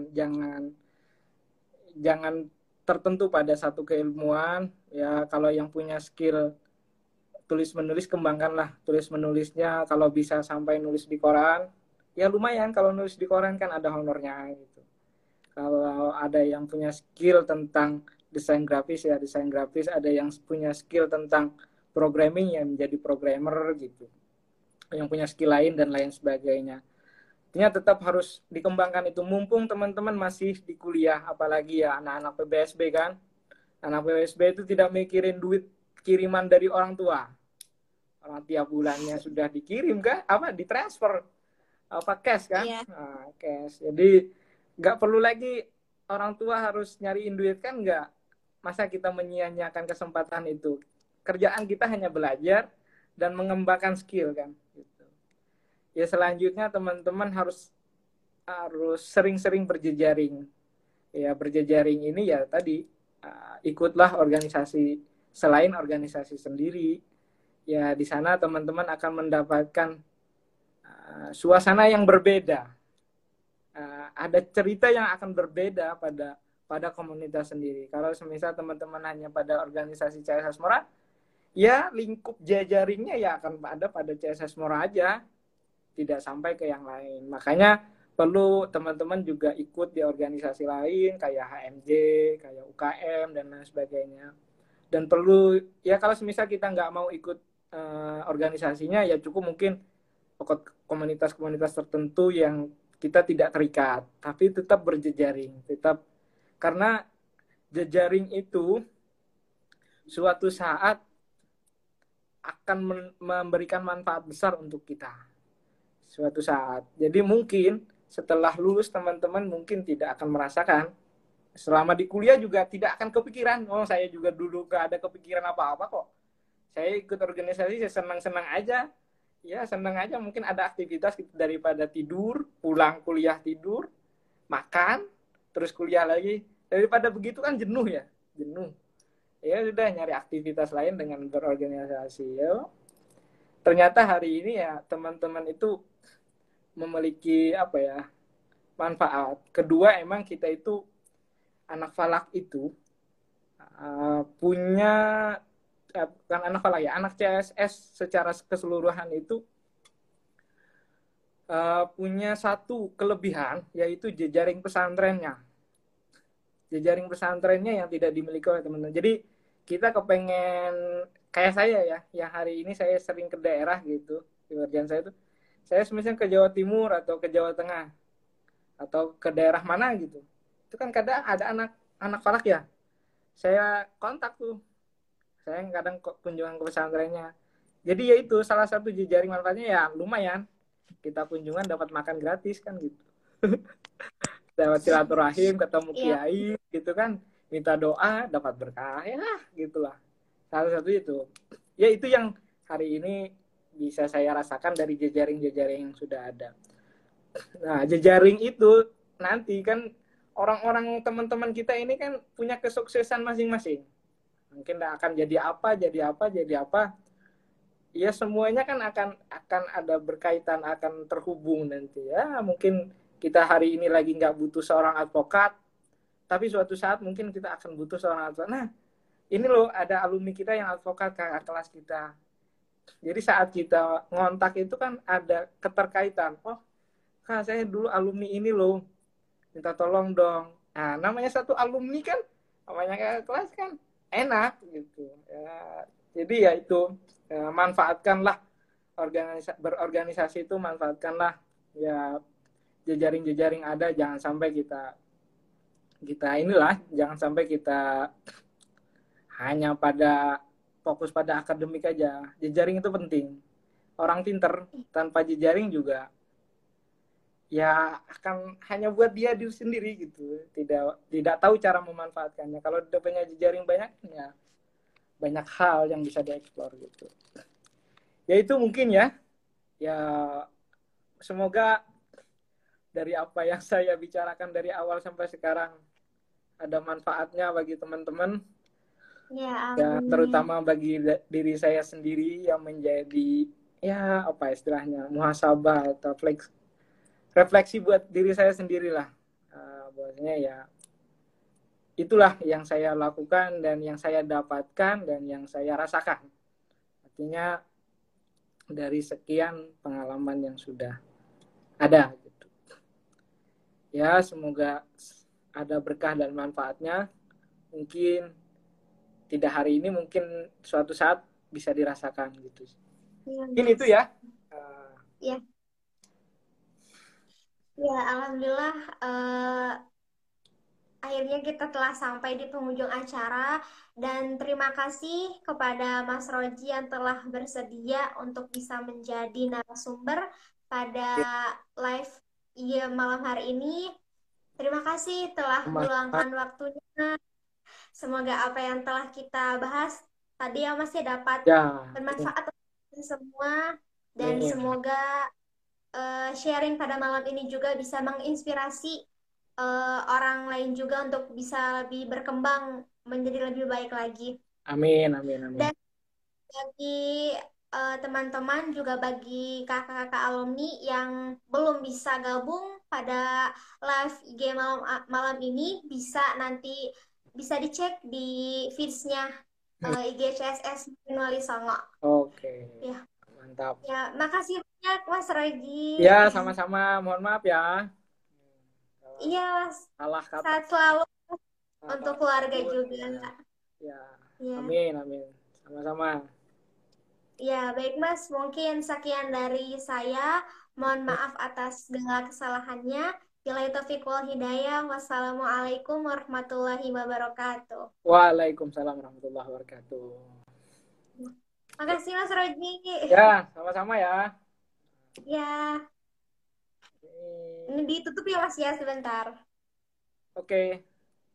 jangan tertentu pada satu keilmuan ya. Kalau yang punya skill tulis menulis, kembangkanlah tulis menulisnya. Kalau bisa sampai nulis di koran ya lumayan, kalau nulis di koran kan ada honornya gitu. Kalau ada yang punya skill tentang desain grafis ya desain grafis, ada yang punya skill tentang programming ya menjadi programmer gitu, yang punya skill lain dan lain sebagainya. Artinya tetap harus dikembangkan itu, mumpung teman-teman masih di kuliah, apalagi ya anak-anak PBSB kan. Anak PBSB itu tidak mikirin duit kiriman dari orang tua. Orang tiap bulannya sudah dikirim kan, ditransfer cash kan. Yeah. Cash. Jadi nggak perlu lagi orang tua harus nyariin duit kan, nggak. Masa kita menyia-nyiakan kesempatan itu. Kerjaan kita hanya belajar dan mengembangkan skill kan. Gitu. Ya selanjutnya teman-teman harus sering-sering berjejaring. Ya berjejaring ini ya tadi ikutlah organisasi selain organisasi sendiri. ya di sana teman-teman akan mendapatkan suasana yang berbeda. Ada cerita yang akan berbeda pada komunitas sendiri. Kalau semisal teman-teman hanya pada organisasi CSS Mora, ya lingkup jejaringnya ya akan ada pada CSS Mora aja, tidak sampai ke yang lain. Makanya perlu teman-teman juga ikut di organisasi lain kayak HMJ, kayak UKM dan lain sebagainya. Dan perlu ya kalau semisal kita nggak mau ikut organisasinya, ya cukup mungkin komunitas-komunitas tertentu yang kita tidak terikat, tapi tetap berjejaring, tetap, karena jejaring itu suatu saat akan memberikan manfaat besar untuk kita suatu saat. Jadi mungkin setelah lulus teman-teman mungkin tidak akan merasakan, selama di kuliah juga tidak akan kepikiran, oh saya juga dulu gak ada kepikiran apa-apa kok, saya ikut organisasi saya senang-senang aja. Ya senang aja, mungkin ada aktivitas daripada tidur, pulang kuliah tidur, makan, terus kuliah lagi. Daripada begitu kan jenuh ya, jenuh. Ya sudah nyari aktivitas lain dengan berorganisasi. Ya. Ternyata hari ini ya teman-teman itu memiliki apa ya, manfaat. Kedua, emang kita itu anak falak itu punya bukan anak falak ya, anak CSS secara keseluruhan itu punya satu kelebihan, yaitu jejaring pesantrennya. Jejaring pesantrennya yang tidak dimiliki oleh teman-teman. Jadi kita kepengen kayak saya ya, yang hari ini saya sering ke daerah gitu, di kerjaan saya itu, saya misalnya ke Jawa Timur atau ke Jawa Tengah atau ke daerah mana gitu, itu kan kadang ada anak falak ya, saya kontak tuh, saya kadang kunjungan ke pesantrennya. Jadi ya itu salah satu jejaring manfaatnya, ya lumayan kita kunjungan dapat makan gratis kan gitu. Dapat silaturahim, ketemu kiai gitu kan, minta doa dapat berkah ya gitulah. Salah satu itu. Ya itu yang hari ini bisa saya rasakan dari jejaring-jejaring yang sudah ada. Nah, jejaring itu nanti kan orang-orang teman-teman kita ini kan punya kesuksesan masing-masing. Mungkin akan jadi apa, jadi apa, jadi apa. Ya semuanya kan akan ada berkaitan, akan terhubung nanti ya. Mungkin kita hari ini lagi nggak butuh seorang advokat, tapi suatu saat mungkin kita akan butuh seorang advokat. Nah ini loh ada alumni kita yang advokat kakak kelas kita. Jadi saat kita ngontak itu kan ada keterkaitan. Oh kak saya dulu alumni ini loh, minta tolong dong. Nah namanya satu alumni kan, namanya kakak kelas kan enak gitu ya. Jadi ya itu, manfaatkanlah berorganisasi itu, manfaatkanlah ya jejaring-jejaring ada, jangan sampai kita inilah, jangan sampai kita hanya fokus pada akademik aja. Jejaring itu penting. Orang pinter tanpa jejaring juga ya akan hanya buat dia diri sendiri gitu, tidak tahu cara memanfaatkannya. Kalau dia punya jejaring banyak ya banyak hal yang bisa dieksplor gitu. Ya itu mungkin ya semoga dari apa yang saya bicarakan dari awal sampai sekarang ada manfaatnya bagi teman-teman. Ya, Ya terutama bagi diri saya sendiri yang menjadi ya apa istilahnya muhasabah atau refleksi buat diri saya sendirilah. Bahwasanya ya itulah yang saya lakukan dan yang saya dapatkan dan yang saya rasakan. Artinya dari sekian pengalaman yang sudah ada gitu. Ya semoga ada berkah dan manfaatnya. Mungkin tidak hari ini, mungkin suatu saat bisa dirasakan gitu. Mungkin itu ya. Ya, ya alhamdulillah akhirnya kita telah sampai di penghujung acara dan terima kasih kepada Mas Roji yang telah bersedia untuk bisa menjadi narasumber pada live malam hari ini. Terima kasih telah meluangkan waktunya. Semoga apa yang telah kita bahas tadi ya masih dapat bermanfaat untuk semua dan semoga sharing pada malam ini juga bisa menginspirasi orang lain juga untuk bisa lebih berkembang menjadi lebih baik lagi. Amin, amin, amin. Dan bagi teman-teman juga bagi kakak-kakak alumni yang belum bisa gabung pada live IG malam ini bisa dicek di feeds-nya IG CSS Wali Songo. Oke, Ya, mantap. ya, makasih banyak Mas Roji. Ya, sama-sama. Mohon maaf ya. Iya, Mas. Salah kata. Sehat selalu Salah untuk kata keluarga tersebut. juga. Ya, Ya. amin, amin. Sama-sama. Ya, baik Mas. Mungkin sekian dari saya. Mohon maaf atas segala kesalahannya. Billahi taufiq wal hidayah. Wassalamualaikum warahmatullahi wabarakatuh. Waalaikumsalam warahmatullahi wabarakatuh. Makasih Mas Roji. Ya, sama-sama ya. Ya, ini ditutup ya Mas ya sebentar. Oke.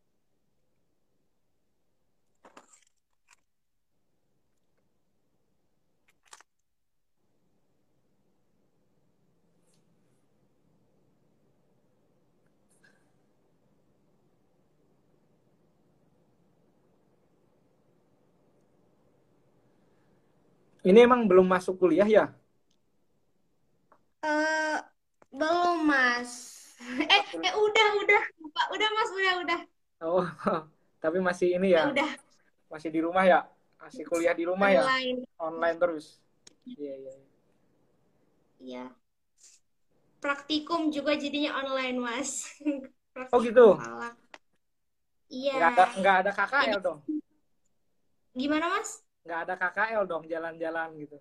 Ini emang belum masuk kuliah ya? Eh, belum Mas. Udah. Lupa. Udah Mas, udah. Oh, tapi masih ini ya? Udah. Masih di rumah ya? Masih kuliah di rumah ya? Online. Online terus? Iya, iya. Iya. Praktikum juga jadinya online, Mas. Oh gitu? Malah. Iya. Nggak ada KKL Ini dong? gimana, Mas? Nggak ada KKL dong, jalan-jalan gitu?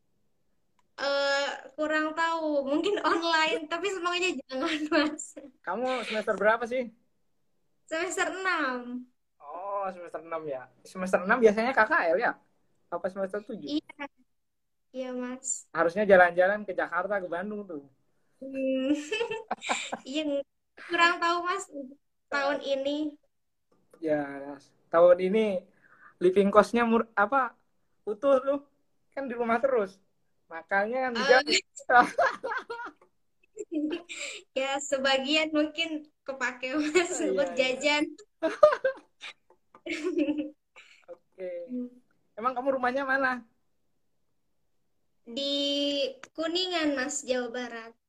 Kurang tahu. Mungkin online, tapi semuanya jangan, Mas. Kamu semester berapa sih? Semester 6. Oh, semester 6 ya? Semester 6 biasanya KKL ya? Apa semester 7? Iya, iya, Mas. Harusnya jalan-jalan ke Jakarta, ke Bandung tuh. Hmm. Iya, kurang tahu, Mas. Tahun ini. Ya, tahun ini living cost-nya utuh tuh. Kan di rumah terus. Makanya kan eh, dijauh. ya, sebagian mungkin kepake, Mas, Iya, buat iya. jajan. Oke. Emang kamu rumahnya mana? Di Kuningan, Mas, Jawa Barat.